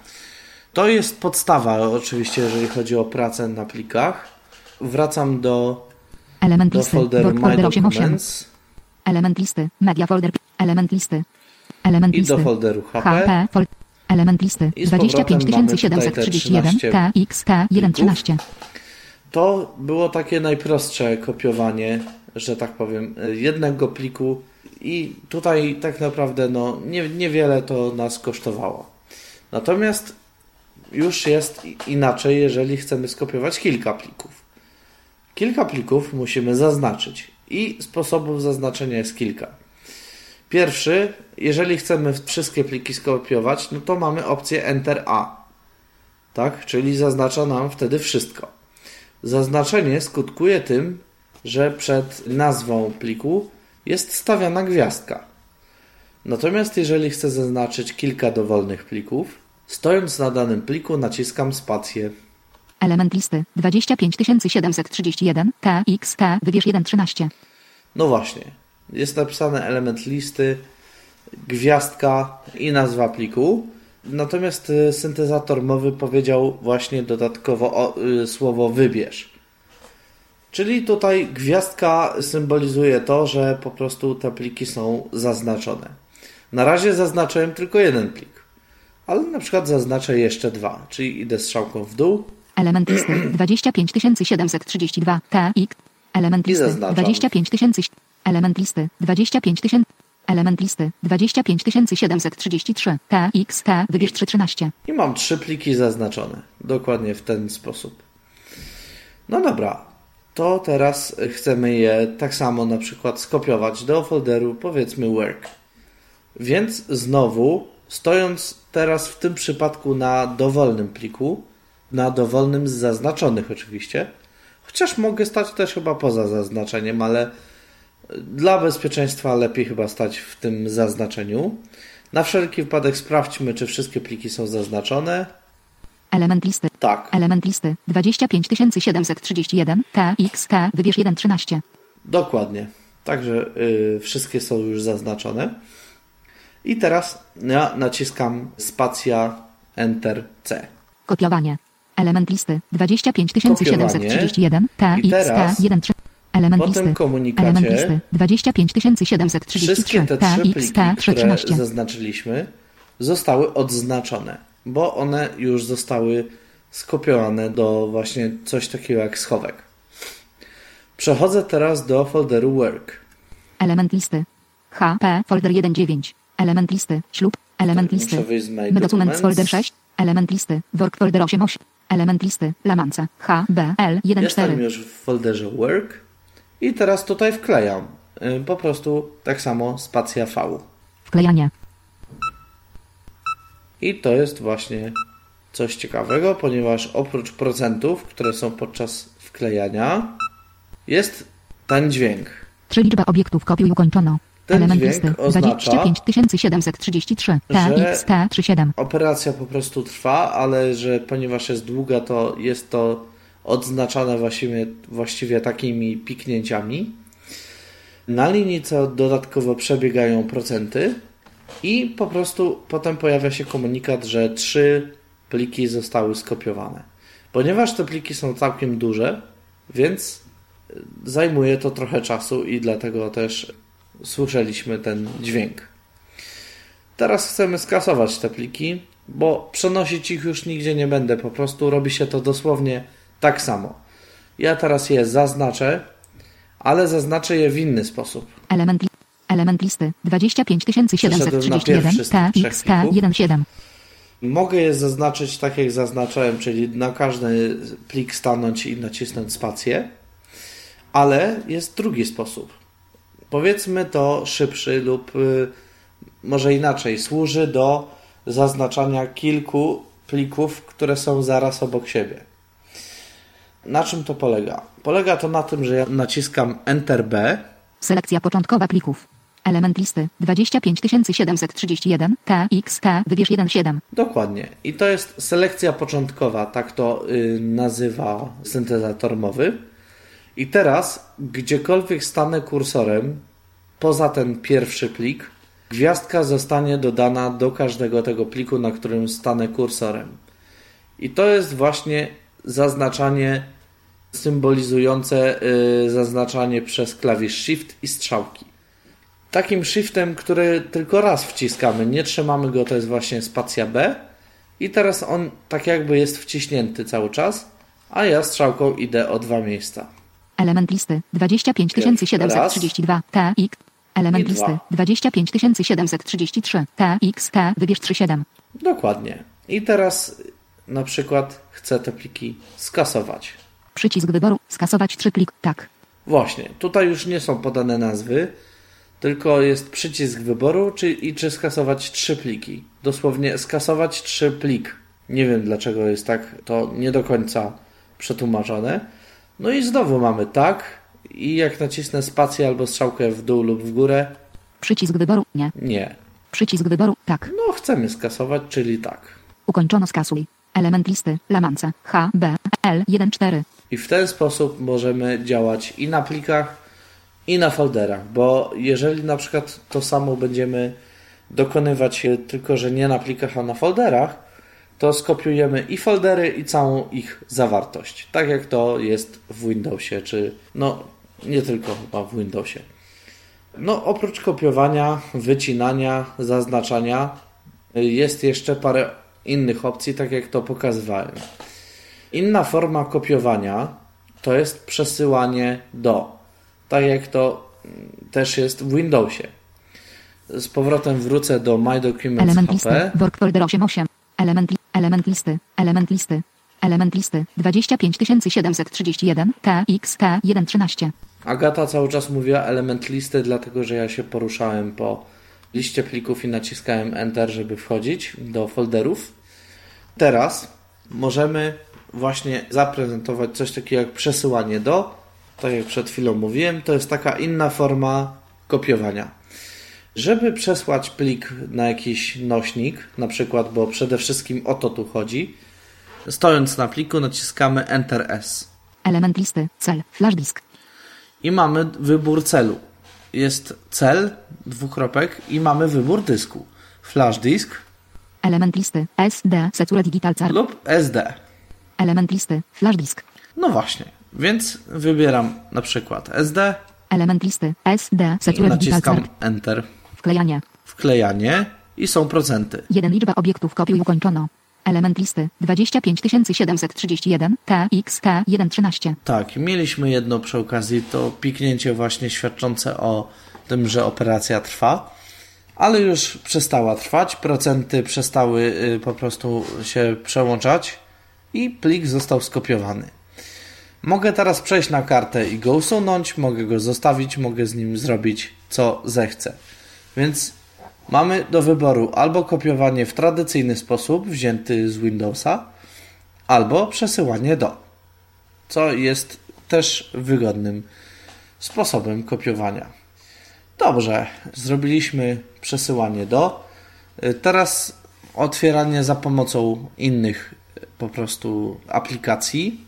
To jest podstawa oczywiście, jeżeli chodzi o pracę na plikach. Wracam do, Element do listy. folderu Work My folder osiem osiem. Documents Element listy. Media folder. Element listy. Element i listy. do folderu H H P. P. Fol element listy. I z dwadzieścia pięć tysięcy siedemset trzydzieści jeden T X T jeden trzynaście. To było takie najprostsze kopiowanie, że tak powiem, jednego pliku i tutaj tak naprawdę no, nie, niewiele to nas kosztowało. Natomiast już jest inaczej, jeżeli chcemy skopiować kilka plików. Kilka plików musimy zaznaczyć i sposobów zaznaczenia jest kilka. Pierwszy, jeżeli chcemy wszystkie pliki skopiować, no to mamy opcję Enter A, tak? Czyli zaznacza nam wtedy wszystko. Zaznaczenie skutkuje tym, że przed nazwą pliku jest stawiana gwiazdka. Natomiast jeżeli chcę zaznaczyć kilka dowolnych plików, stojąc na danym pliku naciskam spację. Element listy dwadzieścia pięć tysięcy siedemset trzydzieści jeden T X T wybierz jeden trzynaście. No właśnie, jest napisany element listy, gwiazdka i nazwa pliku. Natomiast syntezator mowy powiedział właśnie dodatkowo o, y, słowo wybierz. Czyli tutaj gwiazdka symbolizuje to, że po prostu te pliki są zaznaczone. Na razie zaznaczyłem tylko jeden plik, ale na przykład zaznaczę jeszcze dwa, czyli idę strzałką w dół. Element listy dwadzieścia pięć tysięcy siedemset trzydzieści dwa T X. Element listy dwadzieścia pięć tysięcy. Element listy dwadzieścia pięć tysięcy. Element listy dwadzieścia pięć tysięcy siedemset trzydzieści trzy T X T wybierz trzy trzynaście. I mam trzy pliki zaznaczone. Dokładnie w ten sposób. No dobra. To teraz chcemy je tak samo na przykład skopiować do folderu, powiedzmy work. Więc znowu, stojąc teraz w tym przypadku na dowolnym pliku, na dowolnym z zaznaczonych oczywiście, chociaż mogę stać też chyba poza zaznaczeniem, ale dla bezpieczeństwa lepiej chyba stać w tym zaznaczeniu. Na wszelki wypadek sprawdźmy, czy wszystkie pliki są zaznaczone. Element listy. Tak. Element listy dwadzieścia pięć tysięcy siedemset trzydzieści jeden T X K wybierz jeden trzynaście. Dokładnie. Także yy, wszystkie są już zaznaczone. I teraz ja naciskam spacja Enter C. Kopiowanie. Element listy dwadzieścia pięć tysięcy siedemset trzydzieści jeden T X K jeden trzy. Element po listy. tym komunikacie Element listy dwadzieścia pięć tysięcy siedemset trzydzieści trzy wszystkie te T trzy X pliki, K które trzynaście. zaznaczyliśmy, zostały odznaczone, bo one już zostały skopiowane do właśnie coś takiego jak schowek. Przechodzę teraz do folderu Work. Element listy. H P folder jeden dziewięć. Element listy. Ślub. Element Tak, listy. muszę wyjść z My Document Documents. folder sześć. Element listy. Work folder osiem osiem. Element listy. Lamanca. H B L jeden cztery. Jestem już w folderze Work i teraz tutaj wklejam. Yy, Po prostu tak samo spacja V. Wklejanie. I to jest właśnie coś ciekawego, ponieważ oprócz procentów, które są podczas wklejania, jest ten dźwięk. Trzy liczba obiektów kopiuj ukończono. Ten Element dźwięk listy oznacza, dwadzieścia pięć tysięcy siedemset trzydzieści trzy T X K trzydzieści siedem. Operacja po prostu trwa, ale że ponieważ jest długa, to jest to odznaczane właściwie, właściwie takimi piknięciami. Na linijce dodatkowo przebiegają procenty i po prostu potem pojawia się komunikat, że trzy pliki zostały skopiowane. Ponieważ te pliki są całkiem duże, więc zajmuje to trochę czasu i dlatego też słyszeliśmy ten dźwięk. Teraz chcemy skasować te pliki, bo przenosić ich już nigdzie nie będę. Po prostu robi się to dosłownie tak samo. Ja teraz je zaznaczę, ale zaznaczę je w inny sposób. Element, li- element listy dwadzieścia pięć tysięcy siedemset trzydzieści jeden T X K jeden siedem. Mogę je zaznaczyć tak jak zaznaczałem, czyli na każdy plik stanąć i nacisnąć spację, ale jest drugi sposób. Powiedzmy to szybszy lub y, może inaczej, służy do zaznaczania kilku plików, które są zaraz obok siebie. Na czym to polega? Polega to na tym, że ja naciskam Enter B. Selekcja początkowa plików. Element listy dwadzieścia pięć tysięcy siedemset trzydzieści jeden T X K wybierz jeden siedem. Dokładnie. I to jest selekcja początkowa, tak to y, nazywa syntezator mowy. I teraz, gdziekolwiek stanę kursorem, poza ten pierwszy plik, gwiazdka zostanie dodana do każdego tego pliku, na którym stanę kursorem. I to jest właśnie zaznaczanie symbolizujące yy, zaznaczanie przez klawisz Shift i strzałki. Takim Shiftem, który tylko raz wciskamy, nie trzymamy go, to jest właśnie spacja B. I teraz on tak jakby jest wciśnięty cały czas, a ja strzałką idę o dwa miejsca. Element listy dwadzieścia pięć tysięcy siedemset trzydzieści dwa T X. Element listy dwadzieścia pięć tysięcy siedemset trzydzieści trzy T X K wybierz trzy siedem. Dokładnie. I teraz na przykład chcę te pliki skasować. Przycisk wyboru skasować trzy plik. Tak. Właśnie. Tutaj już nie są podane nazwy, tylko jest przycisk wyboru czy, i czy skasować trzy pliki. Dosłownie skasować trzy plik. Nie wiem dlaczego jest tak to nie do końca przetłumaczone. No i znowu mamy tak i jak nacisnę spację albo strzałkę w dół lub w górę. Przycisk wyboru nie. Nie. Przycisk wyboru tak. No chcemy skasować, czyli tak. Ukończono skasuj. Element listy Lamanca H B L jeden cztery. I w ten sposób możemy działać i na plikach, i na folderach, bo jeżeli na przykład to samo będziemy dokonywać, tylko że nie na plikach, a na folderach, to skopiujemy i foldery, i całą ich zawartość. Tak jak to jest w Windowsie, czy no nie tylko chyba w Windowsie. No oprócz kopiowania, wycinania, zaznaczania jest jeszcze parę innych opcji, tak jak to pokazywałem. Inna forma kopiowania to jest przesyłanie do. Tak jak to też jest w Windowsie. Z powrotem wrócę do My Documents Element H P. listy work folder osiem osiem. Element, li- element listy. Element listy. Element listy dwadzieścia pięć tysięcy siedemset trzydzieści jeden T X K jeden trzynaście. Agata cały czas mówiła element listy, dlatego że ja się poruszałem po liście plików i naciskałem Enter, żeby wchodzić do folderów. Teraz możemy właśnie zaprezentować coś takiego jak przesyłanie do, tak jak przed chwilą mówiłem, to jest taka inna forma kopiowania. Żeby przesłać plik na jakiś nośnik, na przykład, bo przede wszystkim o to tu chodzi, stojąc na pliku naciskamy Enter S. Element listy, cel, flash disk. I mamy wybór celu. Jest cel, dwukropek i mamy wybór dysku. Flash disk. Element listy, S D, Secure Digital Car. Lub S D. Element listy, flash disk. No właśnie, więc wybieram na przykład S D. Element listy, S D, Secure Digital Car. Naciskam Enter. Wklejanie. Wklejanie i są procenty. jeden Liczba obiektów kopiuj ukończono. Element listy dwadzieścia pięć tysięcy siedemset trzydzieści jeden T X T sto trzynaście. Tak, mieliśmy jedno przy okazji, to piknięcie właśnie świadczące o tym, że operacja trwa, ale już przestała trwać, procenty przestały y, po prostu się przełączać i plik został skopiowany. Mogę teraz przejść na kartę i go usunąć, mogę go zostawić, mogę z nim zrobić co zechcę. Więc mamy do wyboru albo kopiowanie w tradycyjny sposób, wzięty z Windowsa, albo przesyłanie do, co jest też wygodnym sposobem kopiowania. Dobrze, zrobiliśmy przesyłanie do. Teraz otwieranie za pomocą innych po prostu aplikacji.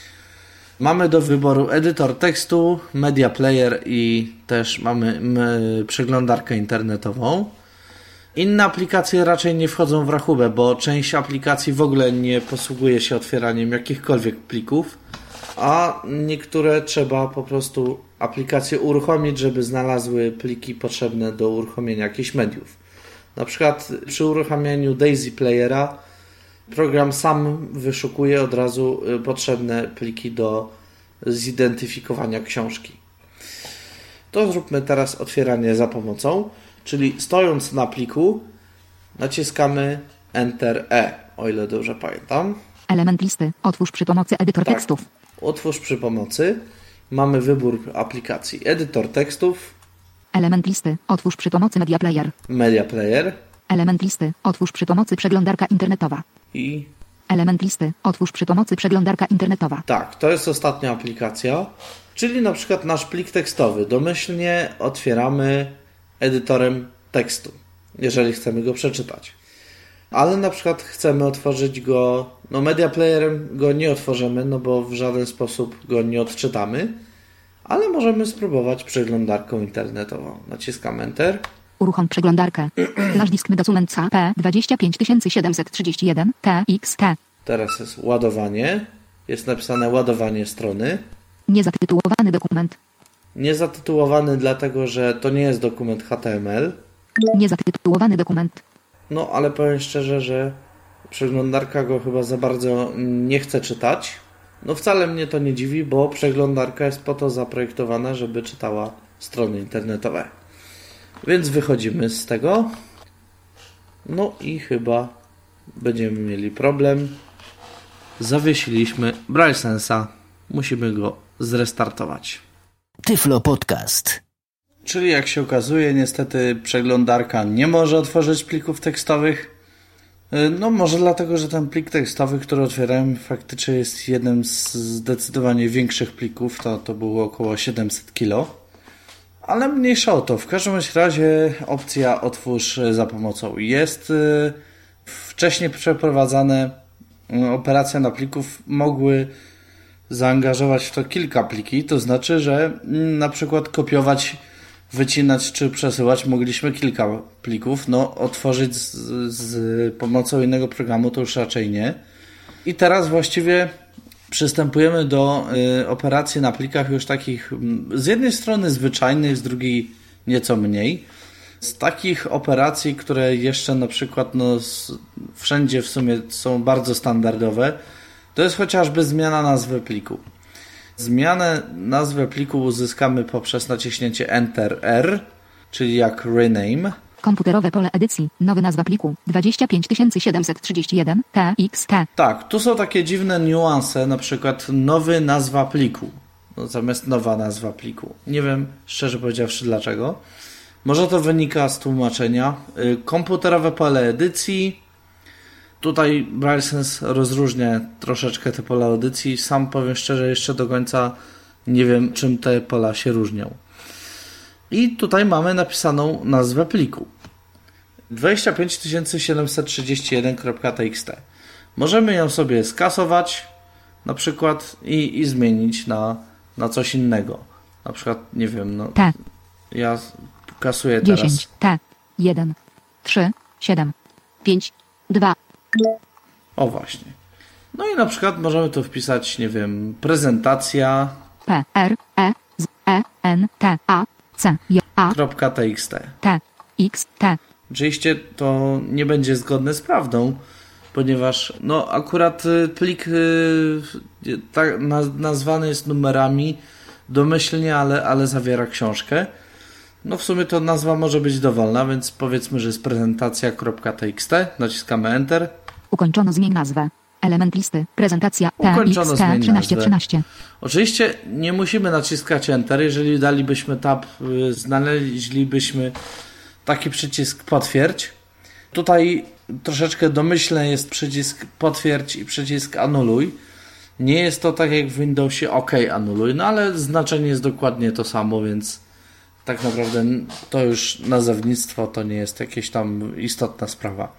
Mamy do wyboru edytor tekstu, media player i też mamy przeglądarkę internetową. Inne aplikacje raczej nie wchodzą w rachubę, bo część aplikacji w ogóle nie posługuje się otwieraniem jakichkolwiek plików, a niektóre trzeba po prostu aplikacje uruchomić, żeby znalazły pliki potrzebne do uruchomienia jakichś mediów. Na przykład przy uruchamianiu Daisy Playera program sam wyszukuje od razu potrzebne pliki do zidentyfikowania książki. To zróbmy teraz otwieranie za pomocą, czyli stojąc na pliku naciskamy Enter E, o ile dobrze pamiętam. Element listy, otwórz przy pomocy edytor tak, tekstów. Otwórz przy pomocy. Mamy wybór aplikacji. Edytor tekstów. Element listy, otwórz przy pomocy media player. Media player. Element listy, otwórz przy pomocy przeglądarka internetowa. I Element listy, otwórz przy pomocy przeglądarka internetowa. tak, to jest ostatnia aplikacja, czyli na przykład nasz plik tekstowy. Domyślnie otwieramy edytorem tekstu, jeżeli chcemy go przeczytać. Ale na przykład chcemy otworzyć go, no media playerem go nie otworzymy, no bo w żaden sposób go nie odczytamy, ale możemy spróbować przeglądarką internetową. Naciskam Enter. Uruchom przeglądarkę. Flash disk document C P dwadzieścia pięć tysięcy siedemset trzydzieści jeden T X T. Teraz jest ładowanie. Jest napisane ładowanie strony. Niezatytułowany dokument. Niezatytułowany dlatego, że to nie jest dokument H T M L. Niezatytułowany dokument. No, ale powiem szczerze, że przeglądarka go chyba za bardzo nie chce czytać. No wcale mnie to nie dziwi, bo przeglądarka jest po to zaprojektowana, żeby czytała strony internetowe. Więc wychodzimy z tego. No i chyba będziemy mieli problem. Zawiesiliśmy BrailleSense'a. Musimy go zrestartować. Tyflo Podcast. Czyli jak się okazuje, niestety przeglądarka nie może otworzyć plików tekstowych. No może dlatego, że ten plik tekstowy, który otwierałem, faktycznie jest jednym z zdecydowanie większych plików. To, to było około siedemset kilo. Ale mniejsza o to. W każdym razie opcja otwórz za pomocą jest. Wcześniej przeprowadzane operacje na plików mogły zaangażować w to kilka pliki. To znaczy, że na przykład kopiować, wycinać czy przesyłać mogliśmy kilka plików. No otworzyć z, z pomocą innego programu to już raczej nie. I teraz właściwie przystępujemy do y, operacji na plikach już takich z jednej strony zwyczajnych, z drugiej nieco mniej. Z takich operacji, które jeszcze na przykład no, z, wszędzie w sumie są bardzo standardowe, to jest chociażby zmiana nazwy pliku. Zmianę nazwy pliku uzyskamy poprzez naciśnięcie Enter R, czyli jak rename. Komputerowe pole edycji. Nowy nazwa pliku. dwadzieścia pięć tysięcy siedemset trzydzieści jeden T X T. Tak, tu są takie dziwne niuanse, na przykład nowy nazwa pliku. No, zamiast nowa nazwa pliku. Nie wiem, szczerze powiedziawszy, dlaczego. Może to wynika z tłumaczenia. Komputerowe pole edycji. Tutaj BrailleSense rozróżnia troszeczkę te pola edycji. Sam powiem szczerze, jeszcze do końca nie wiem, czym te pola się różnią. I tutaj mamy napisaną nazwę pliku. dwadzieścia pięć tysięcy siedemset trzydzieści jeden kropka t x t. Możemy ją sobie skasować na przykład i, i zmienić na, na coś innego. Na przykład, nie wiem, no, T. ja kasuję teraz. dziesięć, T, jeden, trzy, siedem, pięć, dwa. O właśnie. No i na przykład możemy tu wpisać, nie wiem, prezentacja P, R, E, Z, E, N, T, A, C, J, A, .txt. T, X, T. Oczywiście to nie będzie zgodne z prawdą, ponieważ no akurat plik yy, tak nazwany jest numerami domyślnie, ale, ale zawiera książkę. No w sumie to nazwa może być dowolna, więc powiedzmy, że jest prezentacja.txt. Naciskamy Enter. Ukończono, zmień nazwę. Element listy. Prezentacja T X T trzynaście trzynaście. Oczywiście nie musimy naciskać Enter. Jeżeli dalibyśmy tab, znaleźlibyśmy taki przycisk potwierdź. Tutaj troszeczkę domyślnie jest przycisk potwierdź i przycisk anuluj. Nie jest to tak jak w Windowsie OK anuluj, no ale znaczenie jest dokładnie to samo, więc tak naprawdę to już nazewnictwo to nie jest jakieś tam istotna sprawa.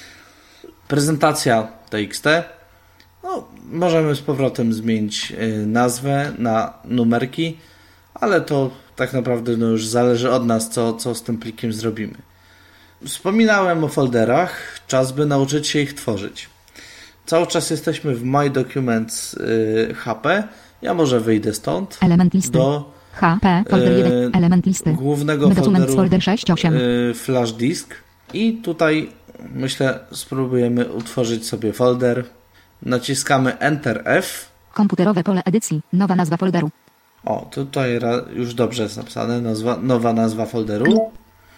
Prezentacja txt. No, możemy z powrotem zmienić nazwę na numerki, ale to tak naprawdę no już zależy od nas, co, co z tym plikiem zrobimy. Wspominałem o folderach, czas by nauczyć się ich tworzyć. Cały czas jesteśmy w My Documents y, H P. Ja może wyjdę stąd Element listy. do H P, folder jeden, y, element listy. głównego Documents folderu folder sześć osiem. y, flash disk i tutaj myślę spróbujemy utworzyć sobie folder. Naciskamy Enter F. Komputerowe pole edycji. Nowa nazwa folderu. O, tutaj już dobrze jest napisane. Nazwa, nowa nazwa folderu.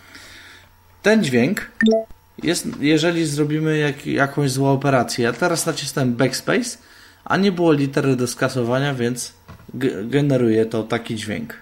Ten dźwięk jest, jeżeli zrobimy jak, jakąś złą operację. Ja teraz nacisnąłem Backspace, a nie było litery do skasowania, więc g- generuje to taki dźwięk.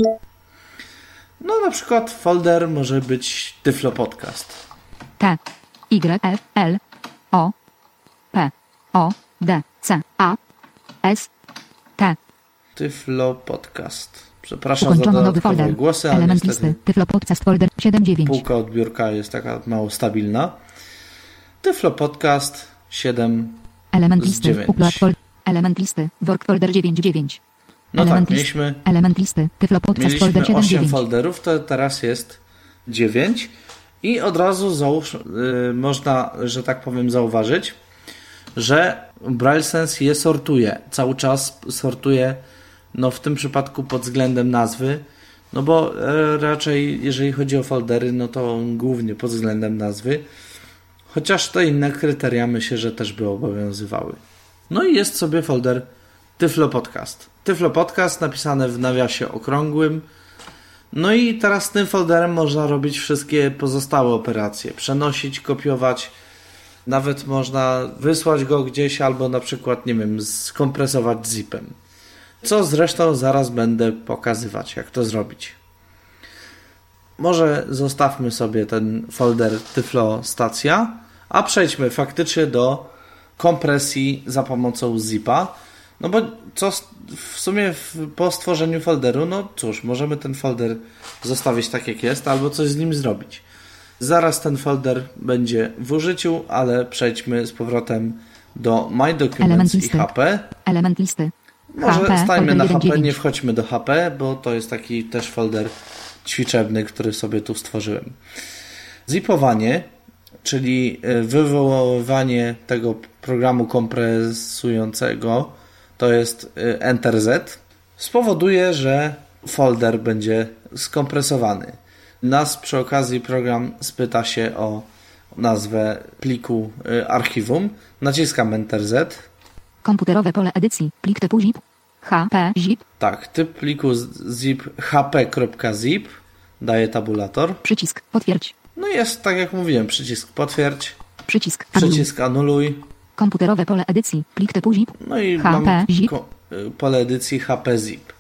No na przykład folder może być Tyflo Podcast. T, Y, F, L, O, P, O, D, C, A, S, T. Tyflo Podcast. Przepraszam Ukończono za nowy dodatkowe folder. głosy, ale Element niestety listy. Tyflo Podcast folder siedem dziewięć. półka odbiórka jest taka mało stabilna. Tyflo Podcast siedem Element z listy. dziewięć. Upload folder. Element listy. Work folder dziewięć dziewięć. No Element tak, listy. mieliśmy, Element listy. Tyflo Podcast mieliśmy folder siedem osiem dziewięć. folderów, to teraz jest dziewięć i od razu załóż, yy, można, że tak powiem, zauważyć, że BrailleSense je sortuje. Cały czas sortuje, no w tym przypadku pod względem nazwy, no bo e, raczej jeżeli chodzi o foldery, no to głównie pod względem nazwy, chociaż te inne kryteria myślę, że też by obowiązywały. No i jest sobie folder Tyflo Podcast. Tyflo Podcast napisane w nawiasie okrągłym. No i teraz z tym folderem można robić wszystkie pozostałe operacje. Przenosić, kopiować, nawet można wysłać go gdzieś albo na przykład, nie wiem, skompresować zipem. Co zresztą zaraz będę pokazywać, jak to zrobić. Może zostawmy sobie ten folder Tyflo Stacja, a przejdźmy faktycznie do kompresji za pomocą zipa. No bo co w sumie po stworzeniu folderu, no cóż, możemy ten folder zostawić tak jak jest, albo coś z nim zrobić. Zaraz ten folder będzie w użyciu, ale przejdźmy z powrotem do My Documents i H P. Element listy. Może H P, stajmy na H P, dziewięć. nie wchodźmy do H P, bo to jest taki też folder ćwiczebny, który sobie tu stworzyłem. Zipowanie, czyli wywoływanie tego programu kompresującego, to jest Enter Z, spowoduje, że folder będzie skompresowany. Nas przy okazji program spyta się o nazwę pliku archiwum. Naciskam Enter Z. Komputerowe pole edycji. Plik typu zip. H P zip. Tak, typ pliku zip hp.zip daje tabulator. Przycisk potwierdź. No jest, tak jak mówiłem, przycisk potwierdź, Przycisk anuluj. przycisk anuluj. Komputerowe pole edycji. Plik typu zip. No i H P mam zip. ko- pole edycji H P zip.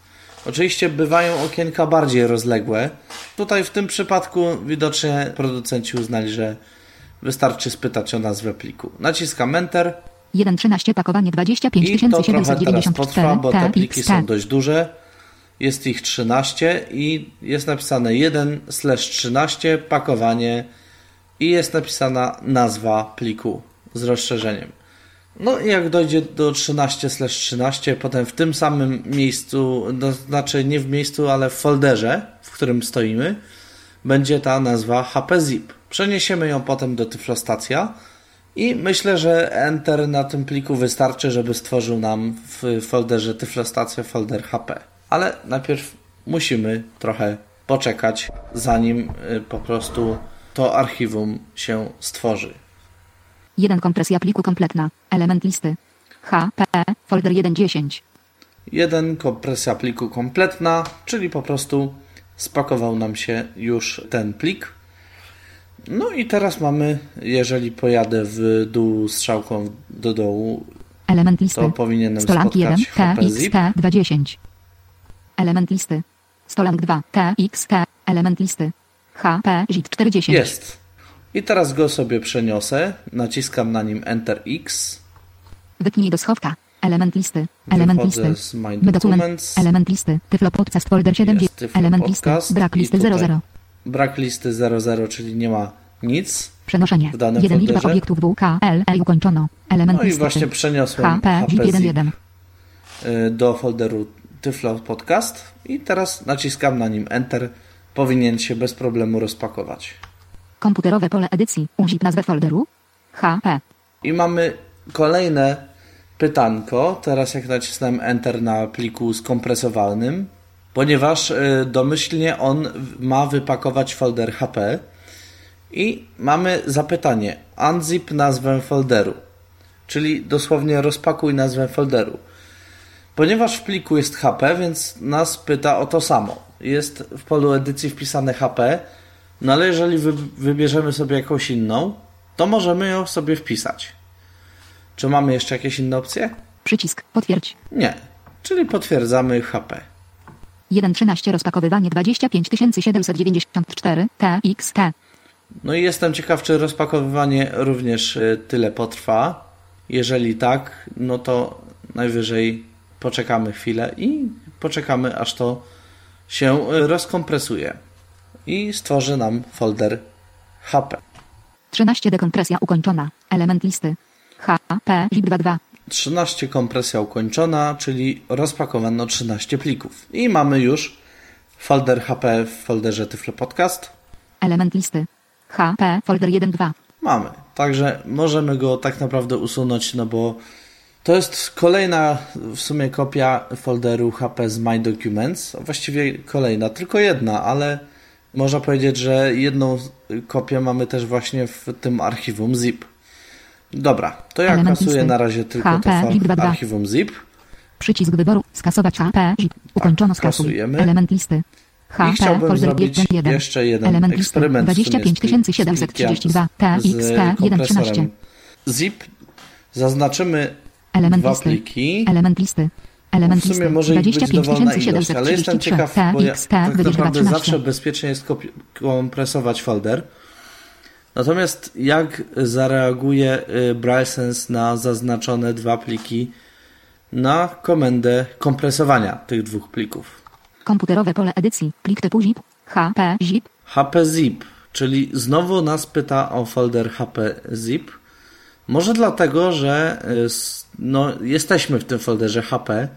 Oczywiście bywają okienka bardziej rozległe. Tutaj w tym przypadku widocznie producenci uznali, że wystarczy spytać o nazwę pliku. Naciskam Enter. jeden trzynaście pakowanie dwadzieścia pięć tysięcy siedemset dziewięćdziesiąt cztery. I to trochę teraz potrwa, bo te pliki są dość duże. Jest ich trzynaście i jest napisane jeden slash trzynaście pakowanie i jest napisana nazwa pliku z rozszerzeniem. No i jak dojdzie do trzynaście slash trzynaście, potem w tym samym miejscu, to znaczy nie w miejscu, ale w folderze, w którym stoimy, będzie ta nazwa H P zip. Przeniesiemy ją potem do Tyflostacja i myślę, że Enter na tym pliku wystarczy, żeby stworzył nam w folderze Tyflostacja folder H P. Ale najpierw musimy trochę poczekać, zanim po prostu to archiwum się stworzy. jeden kompresja pliku kompletna. Element listy. H P, folder jeden dziesięć. jeden kompresja pliku kompletna, czyli po prostu spakował nam się już ten plik. No i teraz mamy, jeżeli pojadę w dół strzałką do dołu, element listy. To powinienem Stolang spotkać jeden, H P zip. T X T dwadzieścia. Element listy. Stolang dwa, T X T, element listy. H P zip czterdzieści. Jest. I teraz go sobie przeniosę. Naciskam na nim Enter X. Wytnij do schowka. Element listy. Element Wychodzę listy. z My Dokument. Documents. Element listy. Tyflo podcast folder siedem. Jest Tyflo Element listy. Podcast Brak i listy tutaj zero zero. Brak listy zero zero, czyli nie ma nic Przenoszenie. w danym jeden liczba folderze. obiektów W K L L ukończono. Element No i listy. właśnie przeniosłem H P H zip P jeden zip jeden. do folderu Tyflo Podcast i teraz naciskam na nim Enter. Powinien się bez problemu rozpakować. Komputerowe pole edycji. Unzip nazwę folderu. H P. I mamy kolejne pytanko. Teraz jak nacisnąłem Enter na pliku skompresowanym, ponieważ y, domyślnie on ma wypakować folder H P i mamy zapytanie unzip nazwę folderu, czyli dosłownie rozpakuj nazwę folderu. Ponieważ w pliku jest H P, więc nas pyta o to samo. Jest w polu edycji wpisane H P, no ale jeżeli wy, wybierzemy sobie jakąś inną, to możemy ją sobie wpisać. Czy mamy jeszcze jakieś inne opcje? Przycisk. Potwierdź. Nie. Czyli potwierdzamy H P. jeden trzynaście rozpakowywanie dwadzieścia pięć tysięcy siedemset dziewięćdziesiąt cztery. T X T. No i jestem ciekaw, czy rozpakowywanie również tyle potrwa. Jeżeli tak, no to najwyżej poczekamy chwilę i poczekamy, aż to się rozkompresuje i stworzy nam folder H P. trzynaście dekompresja ukończona. Element listy. H P zip dwadzieścia dwa. trzynaście kompresja ukończona, czyli rozpakowano trzynaście plików. I mamy już folder H P w folderze Tyflo Podcast. Element listy. H P folder jeden dwa. Mamy. Także możemy go tak naprawdę usunąć, no bo to jest kolejna w sumie kopia folderu H P z My Documents. Właściwie kolejna, tylko jedna, ale można powiedzieć, że jedną kopię mamy też właśnie w tym archiwum zip. Dobra, to ja Element kasuję listy. na razie tylko H P to zip dwadzieścia dwa. archiwum zip. Przycisk wyboru. Skasować H P zip. Ukończono skasuj. kasujemy. Element listy. H I P chciałbym folder zrobić jeden jeden. jeszcze jeden Element listy. eksperyment w dwadzieścia sumie pięć z tysięcy siedemset trzydzieści dwa. T X T jeden trzynaście. zip. Zaznaczymy Element dwa listy. pliki. Element listy. Element W sumie listy. może ich być dwadzieścia pięć dowolna tysięcy ilość, siedemset ale jestem trzydzieści trzy. ciekaw, bo ja, T X T tak naprawdę dwadzieścia zawsze trzynaście. bezpiecznie jest kopi- kompresować folder. Natomiast jak zareaguje BrailleSense na zaznaczone dwa pliki na komendę kompresowania tych dwóch plików? Komputerowe pole edycji. Plik typu zip. H P zip. H P zip, czyli znowu nas pyta o folder H P zip. Może dlatego, że no, jesteśmy w tym folderze H P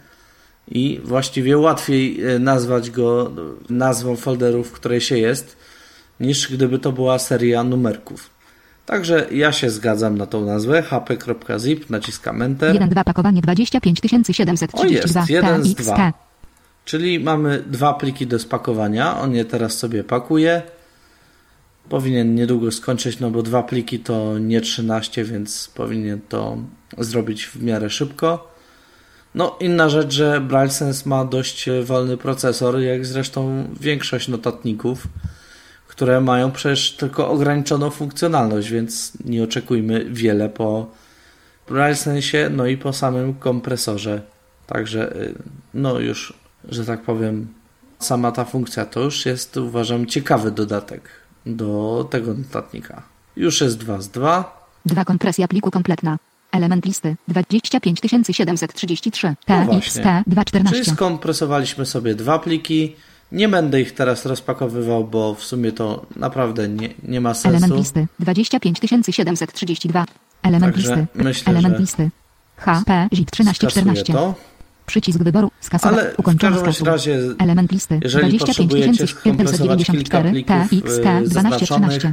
i właściwie łatwiej nazwać go nazwą folderu, w której się jest, niż gdyby to była seria numerków. Także ja się zgadzam na tą nazwę h p kropka zip, naciskam Enter. jeden dwa pakowanie dwadzieścia pięć tysięcy siedemset trzydzieści dwa. O jest, jeden z T X dwa. T. Czyli mamy dwa pliki do spakowania. On je teraz sobie pakuje. Powinien niedługo skończyć, no bo dwa pliki to nie trzynaście, więc powinien to zrobić w miarę szybko. No inna rzecz, że BrailleSense ma dość wolny procesor, jak zresztą większość notatników, które mają przecież tylko ograniczoną funkcjonalność, więc nie oczekujmy wiele po BrailleSensie, no i po samym kompresorze. Także no już że tak powiem, sama ta funkcja to już jest, uważam, ciekawy dodatek do tego notatnika. Już jest dwa z dwa. dwa kompresja pliku kompletna. Element listy dwadzieścia pięć tysięcy siedemset trzydzieści trzy. No T X T dwieście czternaście. Czyli skompresowaliśmy sobie dwa pliki. Nie będę ich teraz rozpakowywał, bo w sumie to naprawdę nie, nie ma sensu. Element listy dwadzieścia pięć tysięcy siedemset trzydzieści dwa. Element Także listy. myślę, Element że listy. H P Z I T trzynaście czternaście. to. Przycisk wyboru skasować. Ale w Ukończono każdym skasuj. razie, Element listy jeżeli dwadzieścia pięć potrzebujecie tysięcy siedemset skompresować dziewięćdziesiąt kilka cztery. plików T X T y, dwanaście zaznaczonych trzynaście.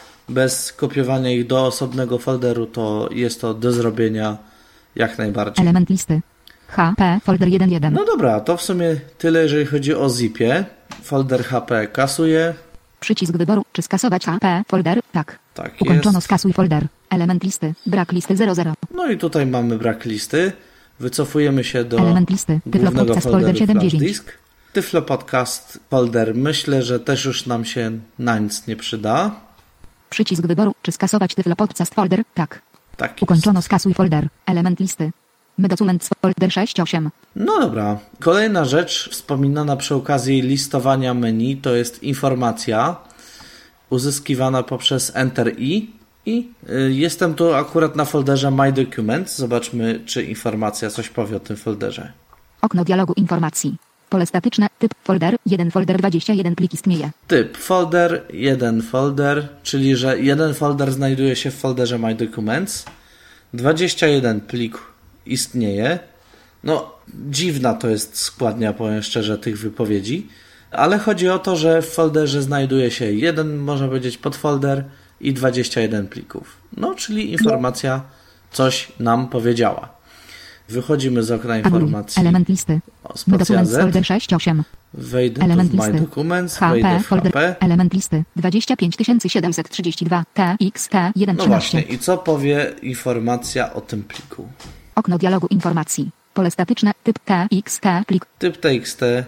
bez kopiowania ich do osobnego folderu, to jest to do zrobienia jak najbardziej. Element listy. H P folder jeden jeden. No dobra, to w sumie tyle, jeżeli chodzi o zipie. Folder H P kasuję. Przycisk wyboru. Czy skasować H P folder? Tak. Tak Ukończono jest. skasuj folder. Element listy. Brak listy zero zero. No i tutaj mamy brak listy. Wycofujemy się do Element listy. Tyflo głównego podcast folderu folder siedem flash dziewięć. disk. Tyflo podcast folder myślę, że też już nam się na nic nie przyda. Przycisk wyboru. Czy skasować Tyflo podcast folder? Tak. Tak Ukończono jest. skasuj folder. Element listy. Documents folder sześć osiem. No dobra. Kolejna rzecz wspominana przy okazji listowania menu to jest informacja uzyskiwana poprzez Enter I i y, jestem tu akurat na folderze My Documents. Zobaczmy, czy informacja coś powie o tym folderze. Okno dialogu informacji. Pole statyczne. Typ folder. jeden folder dwadzieścia jeden plik istnieje. Typ folder, jeden folder, czyli że jeden folder znajduje się w folderze My Documents. dwadzieścia jeden plik istnieje. No, dziwna to jest składnia, powiem szczerze, tych wypowiedzi, ale chodzi o to, że w folderze znajduje się jeden, można powiedzieć, podfolder i dwadzieścia jeden plików. No, czyli informacja coś nam powiedziała. Wychodzimy z okna informacji. Element listy. O, spacja Documents Z. folder sześć osiem. Wejdę Element tu w My listy. Documents, H wejdę P w H P. folder. Element listy dwadzieścia pięć tysięcy siedemset trzydzieści dwa. T X T jeden No trzynaście. właśnie, i co powie informacja o tym pliku? Okno dialogu informacji. Pole statyczne. Typ T X T plik. Typ T X T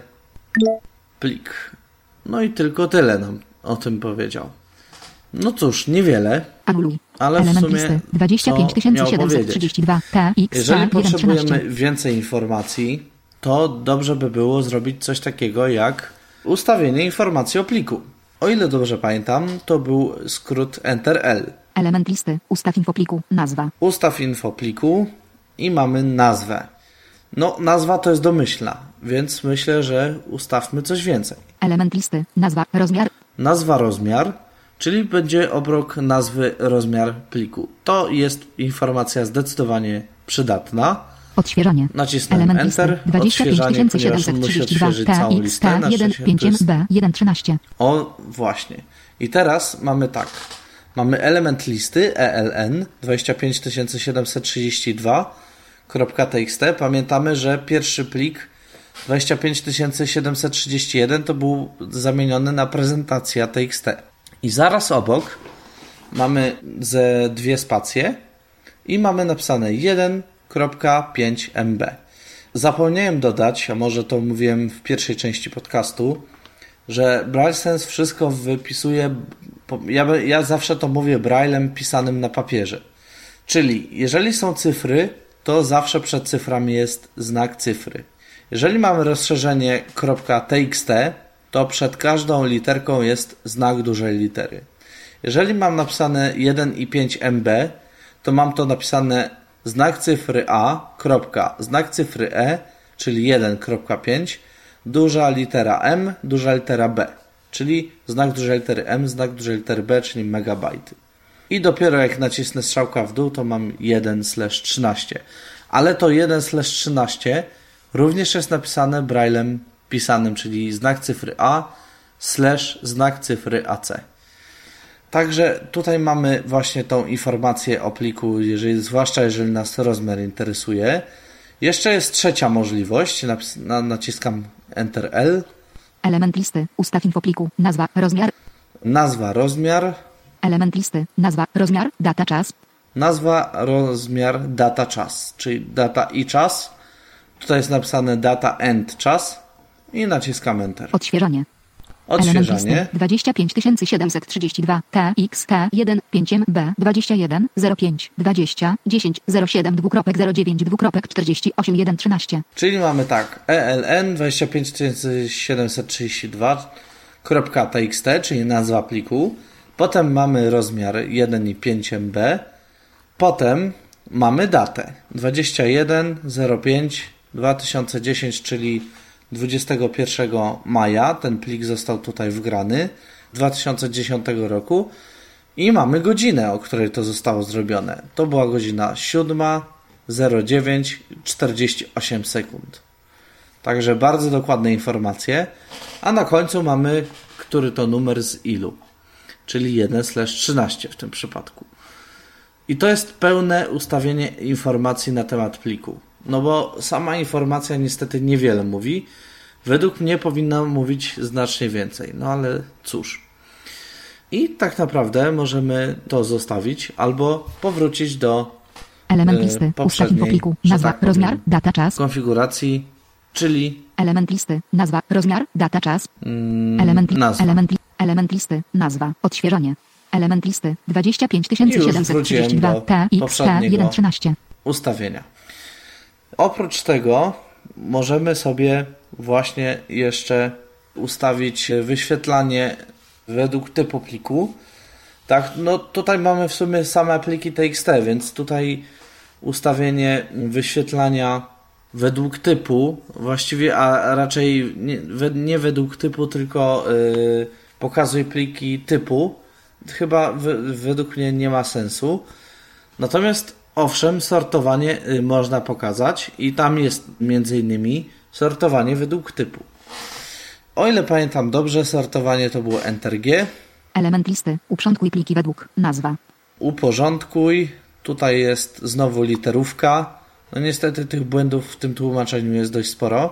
plik. No i tylko tyle nam o tym powiedział. No cóż, niewiele, Anuluj. ale w Element sumie listy dwadzieścia pięć tysięcy siedemset trzydzieści dwa. T X T jeżeli jeden potrzebujemy trzynaście. więcej informacji, to dobrze by było zrobić coś takiego jak ustawienie informacji o pliku. O ile dobrze pamiętam, to był skrót Enter L. Element listy. Ustaw info pliku. Nazwa. Ustaw info pliku i mamy nazwę. No, nazwa to jest domyślna, więc myślę, że ustawmy coś więcej. Element listy. Nazwa. Rozmiar. Nazwa rozmiar, czyli będzie obok nazwy rozmiar pliku. To jest informacja zdecydowanie przydatna. Odświeżanie. Nacisnę Element Enter, listy dwadzieścia pięć odświeżanie, tysięcy ponieważ siedemset musi trzydzieści dwa. odświeżyć T całą X listę. T Na jeden szczęście pięć to jest- B jeden trzynaście. O, właśnie. I teraz mamy tak. Mamy element listy E L N dwadzieścia pięć tysięcy siedemset trzydzieści dwa kropka T X T. Pamiętamy, że pierwszy plik dwadzieścia pięć tysięcy siedemset trzydzieści jeden to był zamieniony na prezentacja T X T. I zaraz obok mamy ze dwie spacje i mamy napisane jeden kropka pięć M B. Zapomniałem dodać, a może to mówiłem w pierwszej części podcastu, że BrailleSense wszystko wypisuje, ja, ja zawsze to mówię braillem pisanym na papierze. Czyli jeżeli są cyfry, to zawsze przed cyframi jest znak cyfry. Jeżeli mamy rozszerzenie .txt, to przed każdą literką jest znak dużej litery. Jeżeli mam napisane jeden i pięć M B, to mam to napisane znak cyfry A, kropka, znak cyfry E, czyli jeden kropka pięć, duża litera M, duża litera B, czyli znak dużej litery M, znak dużej litery B, czyli megabajty. I dopiero jak nacisnę strzałka w dół, to mam jeden slash trzynaście. Ale to jeden slash trzynaście również jest napisane braillem pisanym, czyli znak cyfry A slash znak cyfry A C. Także tutaj mamy właśnie tą informację o pliku, jeżeli, zwłaszcza jeżeli nas rozmiar interesuje. Jeszcze jest trzecia możliwość. Napis, na, naciskam Enter L. Element listy. Ustaw info pliku. Nazwa. Rozmiar. Nazwa, rozmiar. Element listy. Nazwa. Rozmiar. Data. Czas. Nazwa, rozmiar, data, czas. Czyli data i czas. Tutaj jest napisane data and czas. I naciskam Enter. Odświeżanie. Odświeżanie. dwadzieścia pięć tysięcy siedemset trzydzieści dwa T X K jeden pięć M B dwadzieścia jeden zero pięć dwadzieścia dziesięć zero siedem dwukropek zero dziewięć dwukropek czterdzieści osiem jeden trzynaście. Czyli mamy tak, E L N dwadzieścia pięć tysięcy siedemset trzydzieści dwa kropka T X T, czyli nazwa pliku. Potem mamy rozmiar jeden i pięć M B. Potem mamy datę dwadzieścia jeden zero pięć dwa tysiące dziesięć, czyli dwudziestego pierwszego maja. Ten plik został tutaj wgrany dwa tysiące dziesiątego roku. I mamy godzinę, o której to zostało zrobione. To była godzina siódma zero dziewięć czterdzieści osiem sekund. Także bardzo dokładne informacje. A na końcu mamy, który to numer z ilu. Czyli jeden trzynaście w tym przypadku. I to jest pełne ustawienie informacji na temat pliku. No bo sama informacja niestety niewiele mówi. Według mnie powinna mówić znacznie więcej. No ale cóż. I tak naprawdę możemy to zostawić albo powrócić do element listy, poprzedniej, ustaw pliku, nazwa, tak rozmiar, data, czas. Konfiguracji, czyli element listy, nazwa, rozmiar, data, czas. Mm, element, li- nazwa. element, li- element listy, nazwa, odświeżenie. Element listy dwadzieścia pięć tysięcy siedemset trzydzieści dwa T X K jeden trzynaście. Ustawienia. Oprócz tego możemy sobie właśnie jeszcze ustawić wyświetlanie według typu pliku. Tak, no tutaj mamy w sumie same pliki T X T, więc tutaj ustawienie wyświetlania według typu, właściwie, a raczej nie, nie według typu, tylko yy, pokazuj pliki typu, chyba w, według mnie nie ma sensu. Natomiast owszem, sortowanie y, można pokazać i tam jest między innymi sortowanie według typu. O ile pamiętam dobrze, sortowanie to było Enter G. Element listy, uporządkuj pliki według, nazwa. Uporządkuj, tutaj jest znowu literówka. No niestety tych błędów w tym tłumaczeniu jest dość sporo.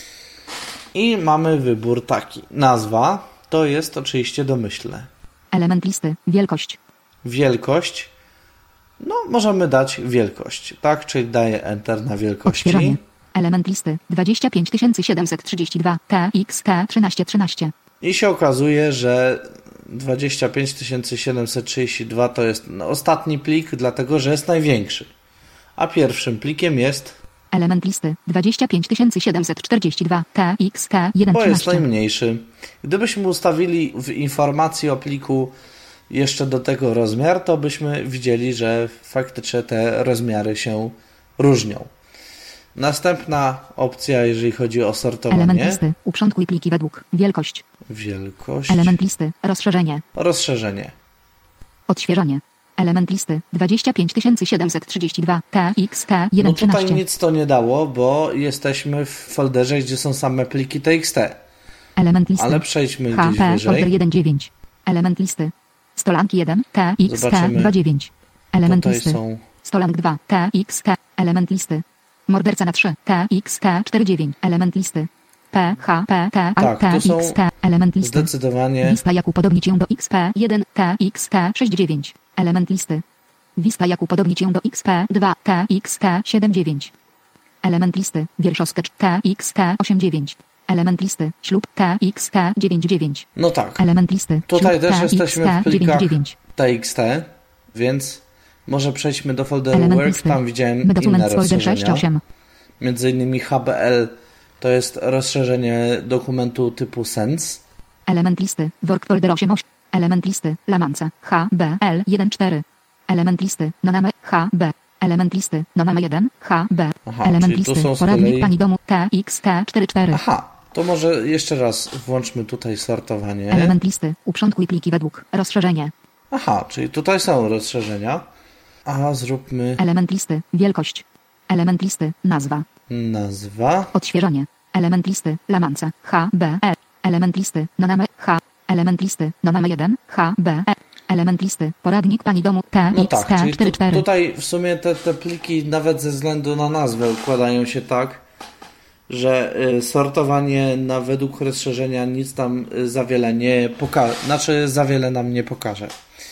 I mamy wybór taki. Nazwa to jest oczywiście domyślne. Element listy, wielkość. Wielkość. No możemy dać wielkość, tak? Czyli daję Enter na wielkości. Odświeżanie. Element listy dwadzieścia pięć tysięcy siedemset trzydzieści dwa T X K trzynaście trzynaście. I się okazuje, że dwadzieścia pięć tysięcy siedemset trzydzieści dwa to jest ostatni plik, dlatego że jest największy. A pierwszym plikiem jest element listy dwadzieścia pięć tysięcy siedemset czterdzieści dwa T X K jeden trzynaście. Bo jest najmniejszy. Gdybyśmy ustawili w informacji o pliku jeszcze do tego rozmiar, to byśmy widzieli, że faktycznie te rozmiary się różnią. Następna opcja, jeżeli chodzi o sortowanie. Element listy, uporządkuj pliki według, wielkość. Wielkość. Element listy, rozszerzenie. Rozszerzenie. Odświeżanie. Element listy dwadzieścia pięć tysięcy siedemset trzydzieści dwa T X K jeden trzynaście. No tutaj nic to nie dało, bo jesteśmy w folderze, gdzie są same pliki T X T. Element listy. Ale przejdźmy H P, gdzieś wyżej. folder jeden dziewięć. Element listy. Stolanki jeden T X K dwa dziewięć. Element Tutaj listy. są... Stolank dwa T X K. Element listy. Morderca na trzy T X K cztery dziewięć. Element listy. P H P T Tak, T tu są X K. Element listy. zdecydowanie... Lista jak upodobnić ją do X P jeden T X K sześć dziewięć. Element listy. Wista jak upodobnić ją do X P dwa T X K siedem dziewięć. Element listy. Wierszosketch T X K osiem dziewięć. Element listy. Ślub T X K dziewięć dziewięć. No tak. Element listy. Tutaj Ślub też jesteśmy w plikach T X T, więc może przejdźmy do folderu Element Work. listy. Tam widziałem Dokument inne folder sześć rozszerzenia. osiem. Między innymi H B L to jest rozszerzenie dokumentu typu Sense. Element listy. Work folder osiem osiem. Element listy. Lamance. H B L jeden cztery. Element listy. Noname. H B. Element listy. Noname jeden. H B. Aha, Element czyli tu listy. są z Poradnik kolei- pani domu T X K cztery cztery. Aha, to może jeszcze raz włączmy tutaj sortowanie. Element listy. Uporządkuj pliki według. Rozszerzenie. Aha, czyli tutaj są rozszerzenia. A zróbmy Element listy. Wielkość. Element listy. Nazwa. nazwa. Odświeżanie. Element listy. Lamance. H B L. Element listy. Noname. H. Element listy. Noname jeden. H B L. Element listy. Poradnik pani domu T No X tak, K czyli cztery tu, cztery. tutaj w sumie te, te pliki nawet ze względu na nazwę układają się tak, że y, sortowanie na według rozszerzenia nic tam y, za wiele nie pokaże, znaczy za wiele nam nie pokaże.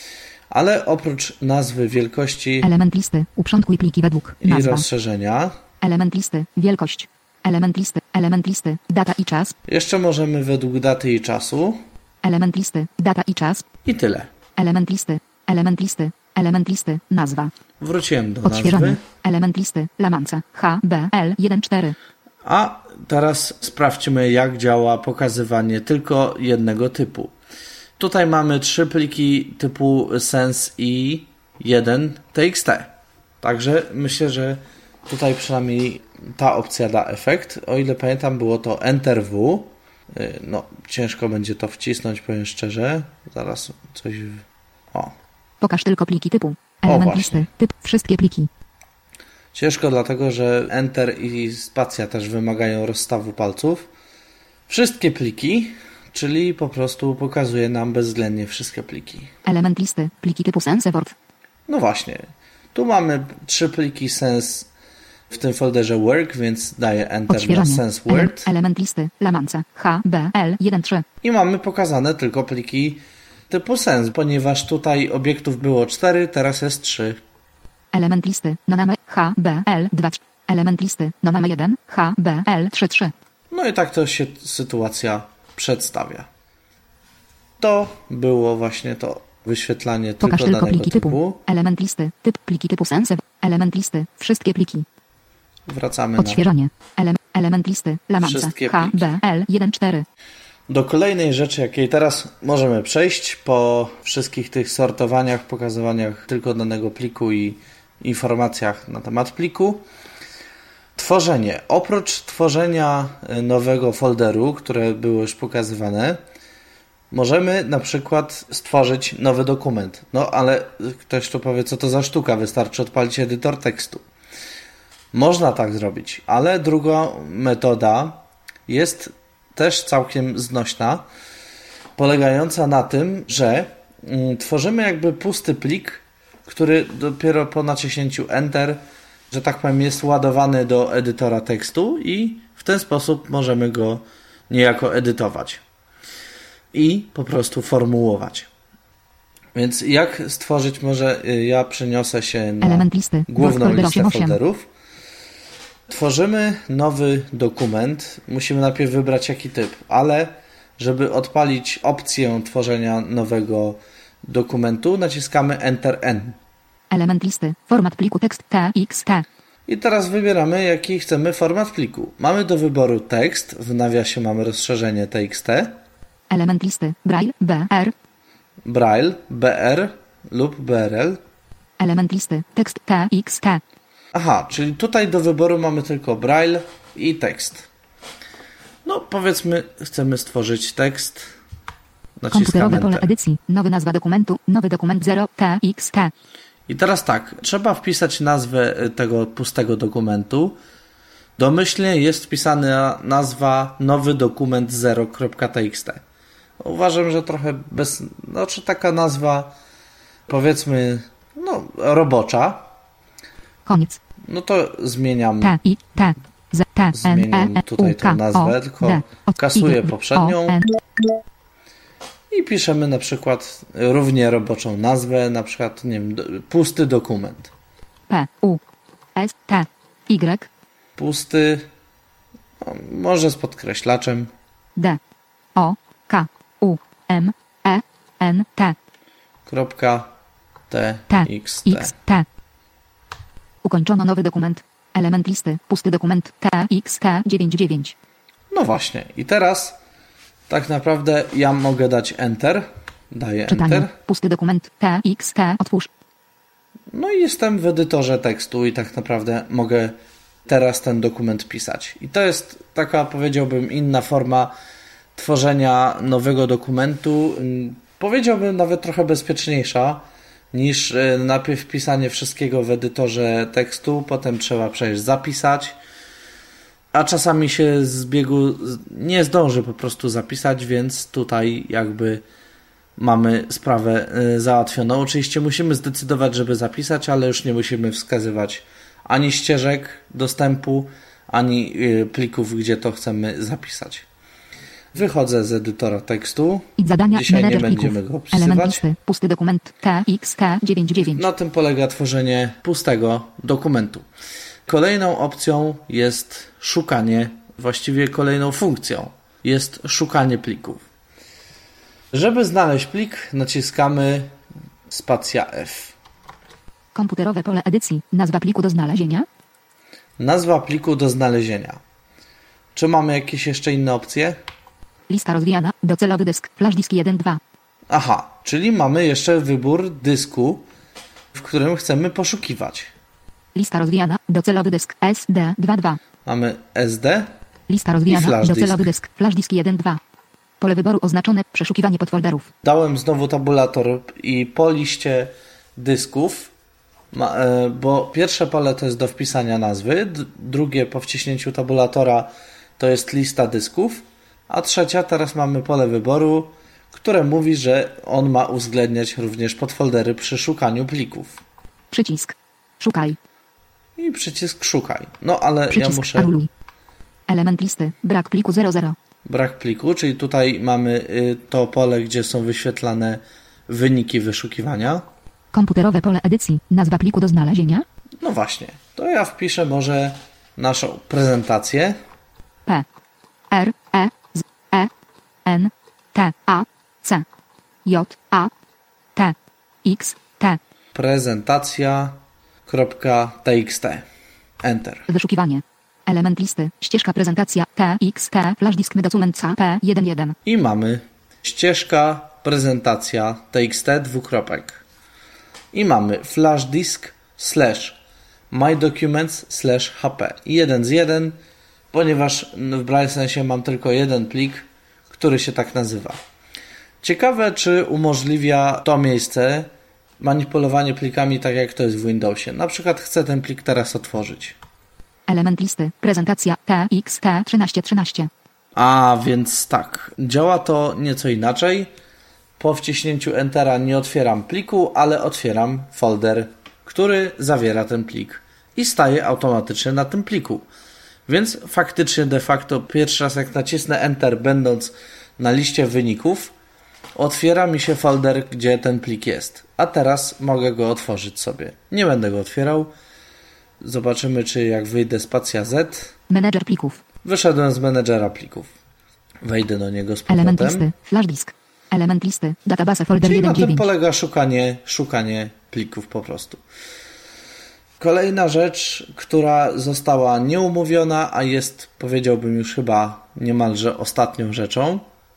Ale oprócz nazwy, wielkości Element listy. Uporządkuj pliki według. i Nazwa. rozszerzenia, Element listy. Wielkość. Element listy. Element listy. Data i czas. jeszcze możemy według daty i czasu. Element listy. Data i czas. I tyle. Element listy. Element listy. Element listy. Nazwa. Wróciłem do Odświeżanie. nazwy. Element listy. Lamanca. H B L jeden cztery. A teraz sprawdźmy, jak działa pokazywanie tylko jednego typu. Tutaj mamy trzy pliki typu sense i jeden T X T. Także myślę, że tutaj przynajmniej ta opcja da efekt. O ile pamiętam, było to Enter W. No, ciężko będzie to wcisnąć, powiem szczerze. Zaraz coś... O. Pokaż tylko pliki typu. Element listy. Typ. Wszystkie pliki. Ciężko dlatego, że Enter i spacja też wymagają rozstawu palców. Wszystkie pliki, czyli po prostu pokazuje nam bezwzględnie wszystkie pliki. Element listy. Pliki typu sense Word. No właśnie. Tu mamy trzy pliki sense w tym folderze work, więc daję Enter na sense word. Element, element listy. Lamanca. H B L jeden trzy. I mamy pokazane tylko pliki typu sense, ponieważ tutaj obiektów było cztery, teraz jest trzy. Element listy. Noname H B L dwa. Element listy. Noname jeden H B L trzy trzy. No i tak to się sytuacja przedstawia. To było właśnie to wyświetlanie Pokaż tylko tylko danego pliki typu. typu. Element listy. Typ pliki typu sense. Element listy. Wszystkie pliki. Wracamy Odświeżanie. Ele element listy. Lamanca. Wszystkie H B L jeden cztery. na do kolejnej rzeczy, jakiej teraz możemy przejść po wszystkich tych sortowaniach, pokazywaniach tylko danego pliku i informacjach na temat pliku. Tworzenie. Oprócz tworzenia nowego folderu, które było już pokazywane, możemy na przykład stworzyć nowy dokument. No ale ktoś tu powie, co to za sztuka, wystarczy odpalić edytor tekstu. Można tak zrobić, ale druga metoda jest też całkiem znośna, polegająca na tym, że mm, tworzymy jakby pusty plik, który dopiero po naciśnięciu Enter, że tak powiem, jest ładowany do edytora tekstu i w ten sposób możemy go niejako edytować i po prostu formułować. Więc jak stworzyć, może ja przeniosę się na Element listy. główną listę folderów. Tworzymy nowy dokument. Musimy najpierw wybrać jaki typ, ale żeby odpalić opcję tworzenia nowego dokumentu, naciskamy Enter N. Element listy. Format pliku tekst T X T. I teraz wybieramy, jaki chcemy format pliku. Mamy do wyboru tekst, w nawiasie mamy rozszerzenie T X T. Element listy. Braille B R. Braille B R lub B R L. Element listy. Tekst T X T. Aha, czyli tutaj do wyboru mamy tylko Braille i tekst. No powiedzmy, chcemy stworzyć tekst. Naciskamy Komputerowe pole Enter. edycji. Nowy nazwa dokumentu. Nowy dokument zero T X T. I teraz tak, trzeba wpisać nazwę tego pustego dokumentu. Domyślnie jest wpisana nazwa nowy dokument zero kropka T X T. Uważam, że trochę bez... Znaczy taka nazwa, powiedzmy, no robocza. Koniec. No to zmieniam. T I T Z T N Zmieniam E tutaj U tę K nazwę, O tylko D kasuję Y poprzednią O N. i piszemy na przykład równie roboczą nazwę, na przykład, nie wiem, do, pusty dokument. P U S T Y Pusty, no, może z podkreślaczem. D O K U M E N T Kropka T T X T. X T. Ukończono nowy dokument. Element listy. Pusty dokument T X T dziewięćdziesiąt dziewięć. No właśnie. I teraz tak naprawdę ja mogę dać Enter. Daję Czytanie. Enter. Pusty dokument T X T. Otwórz. No i jestem w edytorze tekstu i tak naprawdę mogę teraz ten dokument pisać. I to jest taka, powiedziałbym, inna forma tworzenia nowego dokumentu. Powiedziałbym nawet trochę bezpieczniejsza niż najpierw pisanie wszystkiego w edytorze tekstu, potem trzeba przecież zapisać, a czasami się z biegu nie zdąży po prostu zapisać, więc tutaj jakby mamy sprawę załatwioną. Oczywiście musimy zdecydować, żeby zapisać, ale już nie musimy wskazywać ani ścieżek dostępu, ani plików, gdzie to chcemy zapisać. Wychodzę z edytora tekstu. I zadania. Dzisiaj nie Menedżer będziemy plików. go opisywać. Element listy. Pusty dokument T X T dziewięćdziesiąt dziewięć. Na tym polega tworzenie pustego dokumentu. Kolejną opcją jest szukanie, właściwie kolejną funkcją jest szukanie plików. Żeby znaleźć plik, naciskamy spacja F. Komputerowe pole edycji. Nazwa pliku do znalezienia. Nazwa pliku do znalezienia. Czy mamy jakieś jeszcze inne opcje? Lista rozwijana. Docelowy dysk. Flash disk jeden dwa. Aha, czyli mamy jeszcze wybór dysku, w którym chcemy poszukiwać. Lista rozwijana. Docelowy dysk S D dwa dwa. Mamy S D Lista rozwijana. i flash Docelowy disk. dysk. Flash disk jeden dwa. Pole wyboru oznaczone. Przeszukiwanie podfolderów. Dałem znowu tabulator i po liście dysków, ma, e, bo pierwsze pole to jest do wpisania nazwy, d- drugie po wciśnięciu tabulatora to jest lista dysków, a trzecia teraz mamy pole wyboru, które mówi, że on ma uwzględniać również podfoldery przy szukaniu plików. Przycisk. Szukaj. I przycisk szukaj. No ale Przycisk ja muszę... anuluj. Element listy. Brak pliku zero zero. Brak pliku, czyli tutaj mamy y, to pole, gdzie są wyświetlane wyniki wyszukiwania. Komputerowe pole edycji. Nazwa pliku do znalezienia. No właśnie, to ja wpiszę może naszą prezentację. P. R. E. Z. E. N. T. A. C. J. A. T. X. T. Prezentacja.txt. Enter. Wyszukiwanie. Element listy. Ścieżka prezentacja. T. X. T. Flash disk document C. P. jeden jeden. I mamy ścieżka prezentacja txt dwukropek. I mamy flash disk slash my documents slash hp. jeden z jeden, ponieważ w Braille Sensie mam tylko jeden plik, który się tak nazywa. Ciekawe, czy umożliwia to miejsce manipulowanie plikami tak jak to jest w Windowsie. Na przykład chcę ten plik teraz otworzyć. Element listy. Prezentacja. T. X. T. trzynaście trzynaście. A więc tak, działa to nieco inaczej. Po wciśnięciu Entera nie otwieram pliku, ale otwieram folder, który zawiera ten plik i staje automatycznie na tym pliku. Więc faktycznie de facto pierwszy raz jak nacisnę Enter, będąc na liście wyników, otwiera mi się folder, gdzie ten plik jest. A teraz mogę go otworzyć sobie. Nie będę go otwierał. Zobaczymy, czy jak wyjdę spacja Z. Menedżer plików. Wyszedłem z menedżera plików. Wejdę do niego z Element powrotem. listy. Flash disk. Element listy. Database folder Czyli na jeden tym dziewięć. polega szukanie, szukanie plików po prostu. Kolejna rzecz, która została nieumówiona, a jest, powiedziałbym już chyba niemalże ostatnią rzeczą,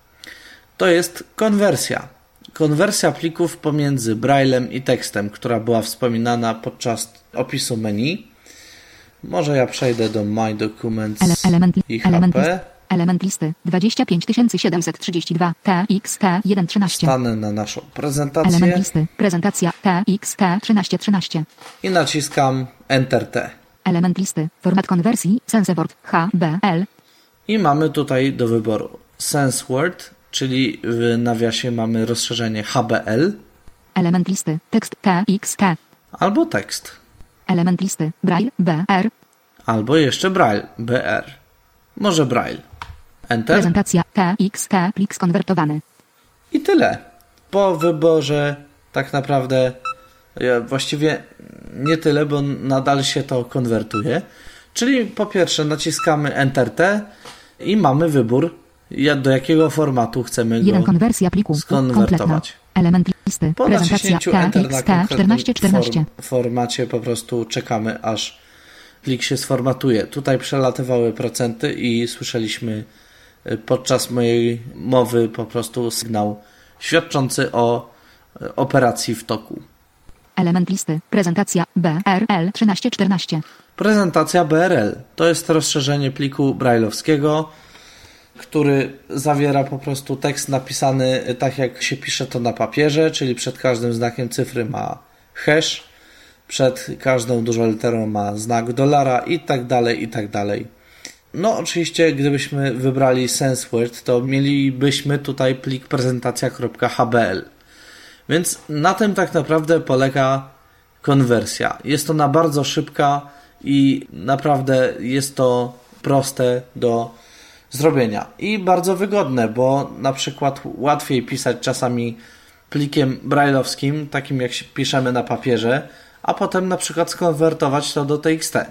to jest konwersja. Konwersja plików pomiędzy Braillem i tekstem, która była wspominana podczas opisu menu. Może ja przejdę do My Documents Ele element, i element, H P. list, element listy dwadzieścia pięć tysięcy siedemset trzydzieści dwa. T X T jeden trzynaście. Stanę na naszą prezentację Element listy. Prezentacja. T X T trzynaście trzynaście. i naciskam Enter T. Element listy. Format konwersji. SenseWord. H B L. I mamy tutaj do wyboru SenseWord, czyli w nawiasie mamy rozszerzenie H B L, Element listy. Tekst. T X T. albo tekst, Element listy. Braille. B R. albo jeszcze Braille, B R. Może Braille. Enter. Prezentacja. T X T. Plik skonwertowany. I tyle. Po wyborze tak naprawdę ja właściwie nie tyle, bo nadal się to konwertuje. Czyli po pierwsze naciskamy Enter T i mamy wybór, do jakiego formatu chcemy jeden go konwersja pliku. skonwertować. Kompletna. Element listy. Po Prezentacja. naciśnięciu T Enter na X T konkretnym czternaście czternaście. form, formacie po prostu czekamy, aż plik się sformatuje. Tutaj przelatywały procenty i słyszeliśmy podczas mojej mowy po prostu sygnał świadczący o operacji w toku. Element listy. Prezentacja. B R L trzynaście czternaście. Prezentacja B R L to jest rozszerzenie pliku brailleowskiego, który zawiera po prostu tekst napisany tak jak się pisze to na papierze, czyli przed każdym znakiem cyfry ma hash, przed każdą dużą literą ma znak dolara i tak dalej, i tak dalej. No oczywiście gdybyśmy wybrali SenseWord, to mielibyśmy tutaj plik prezentacja.hbl. Więc na tym tak naprawdę polega konwersja. Jest ona bardzo szybka i naprawdę jest to proste do zrobienia. I bardzo wygodne, bo na przykład łatwiej pisać czasami plikiem brailleowskim, takim jak się piszemy na papierze, a potem na przykład skonwertować to do T X T.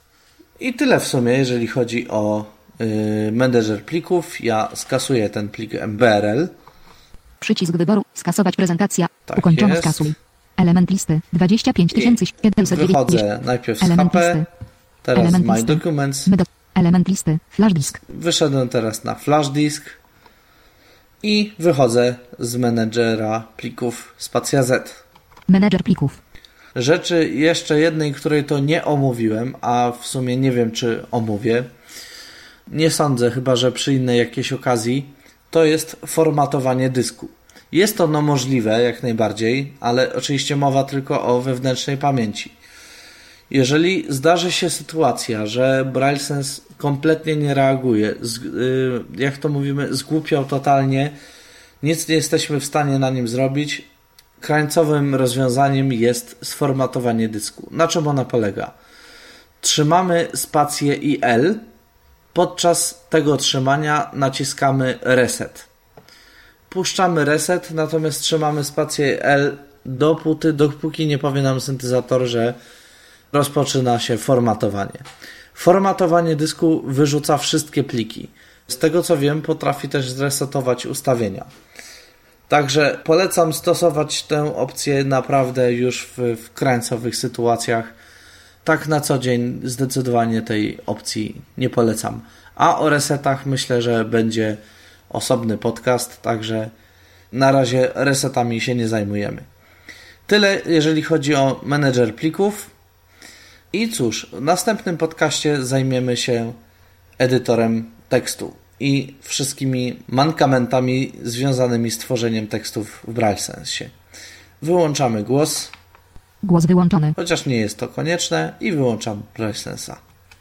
I tyle w sumie, jeżeli chodzi o yy, menedżer plików. Ja skasuję ten plik M B R L Przycisk wyboru. Skasować prezentacja. Tak Ukończono jest. skasuj. Element listy. dwadzieścia pięć tysięcy siedemset dziewięćdziesiąt. Wychodzę najpierw z Element H P, listy. teraz Element My listy. Documents. My do... Element listy. Flash disk. Wyszedłem teraz na flash disk i wychodzę z menedżera plików Spacja Z. Menedżer plików. Rzeczy jeszcze jednej, której to nie omówiłem, a w sumie nie wiem, czy omówię. Nie sądzę, chyba że przy innej jakiejś okazji. To jest formatowanie dysku. Jest ono możliwe jak najbardziej, ale oczywiście mowa tylko o wewnętrznej pamięci. Jeżeli zdarzy się sytuacja, że BrailleSense kompletnie nie reaguje, z, yy, jak to mówimy, zgłupiał totalnie, nic nie jesteśmy w stanie na nim zrobić, krańcowym rozwiązaniem jest sformatowanie dysku. Na czym ona polega? Trzymamy spację i L, podczas tego trzymania naciskamy reset. Puszczamy reset, natomiast trzymamy spację L dopóty, dopóki nie powie nam syntezator, że rozpoczyna się formatowanie. Formatowanie dysku wyrzuca wszystkie pliki. Z tego co wiem, potrafi też zresetować ustawienia. Także polecam stosować tę opcję naprawdę już w, w krańcowych sytuacjach. Tak na co dzień zdecydowanie tej opcji nie polecam. A o resetach myślę, że będzie osobny podcast, także na razie resetami się nie zajmujemy. Tyle jeżeli chodzi o menedżer plików. I cóż, w następnym podcaście zajmiemy się edytorem tekstu i wszystkimi mankamentami związanymi z tworzeniem tekstów w BrailleSensie. Wyłączamy głos. Głos wyłączony. Chociaż nie jest to konieczne i wyłączam BrailleSensa.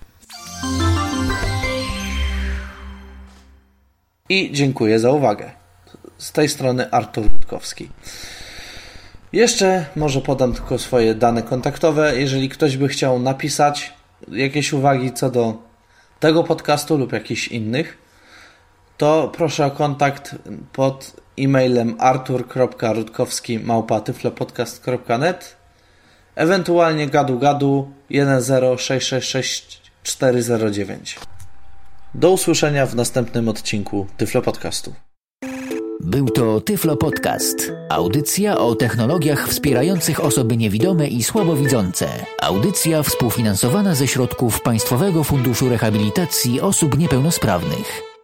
I dziękuję za uwagę. Z tej strony Artur Rutkowski. Jeszcze może podam tylko swoje dane kontaktowe. Jeżeli ktoś by chciał napisać jakieś uwagi co do tego podcastu lub jakichś innych, to proszę o kontakt pod e-mailem artur kropka rutkowski małpa tyflopodcast kropka net, ewentualnie gadu gadu jeden zero sześć sześć sześć cztery zero dziewięć. Do usłyszenia w następnym odcinku Tyflo Podcastu. Był to Tyflo Podcast. Audycja o technologiach wspierających osoby niewidome i słabowidzące. Audycja współfinansowana ze środków Państwowego Funduszu Rehabilitacji Osób Niepełnosprawnych.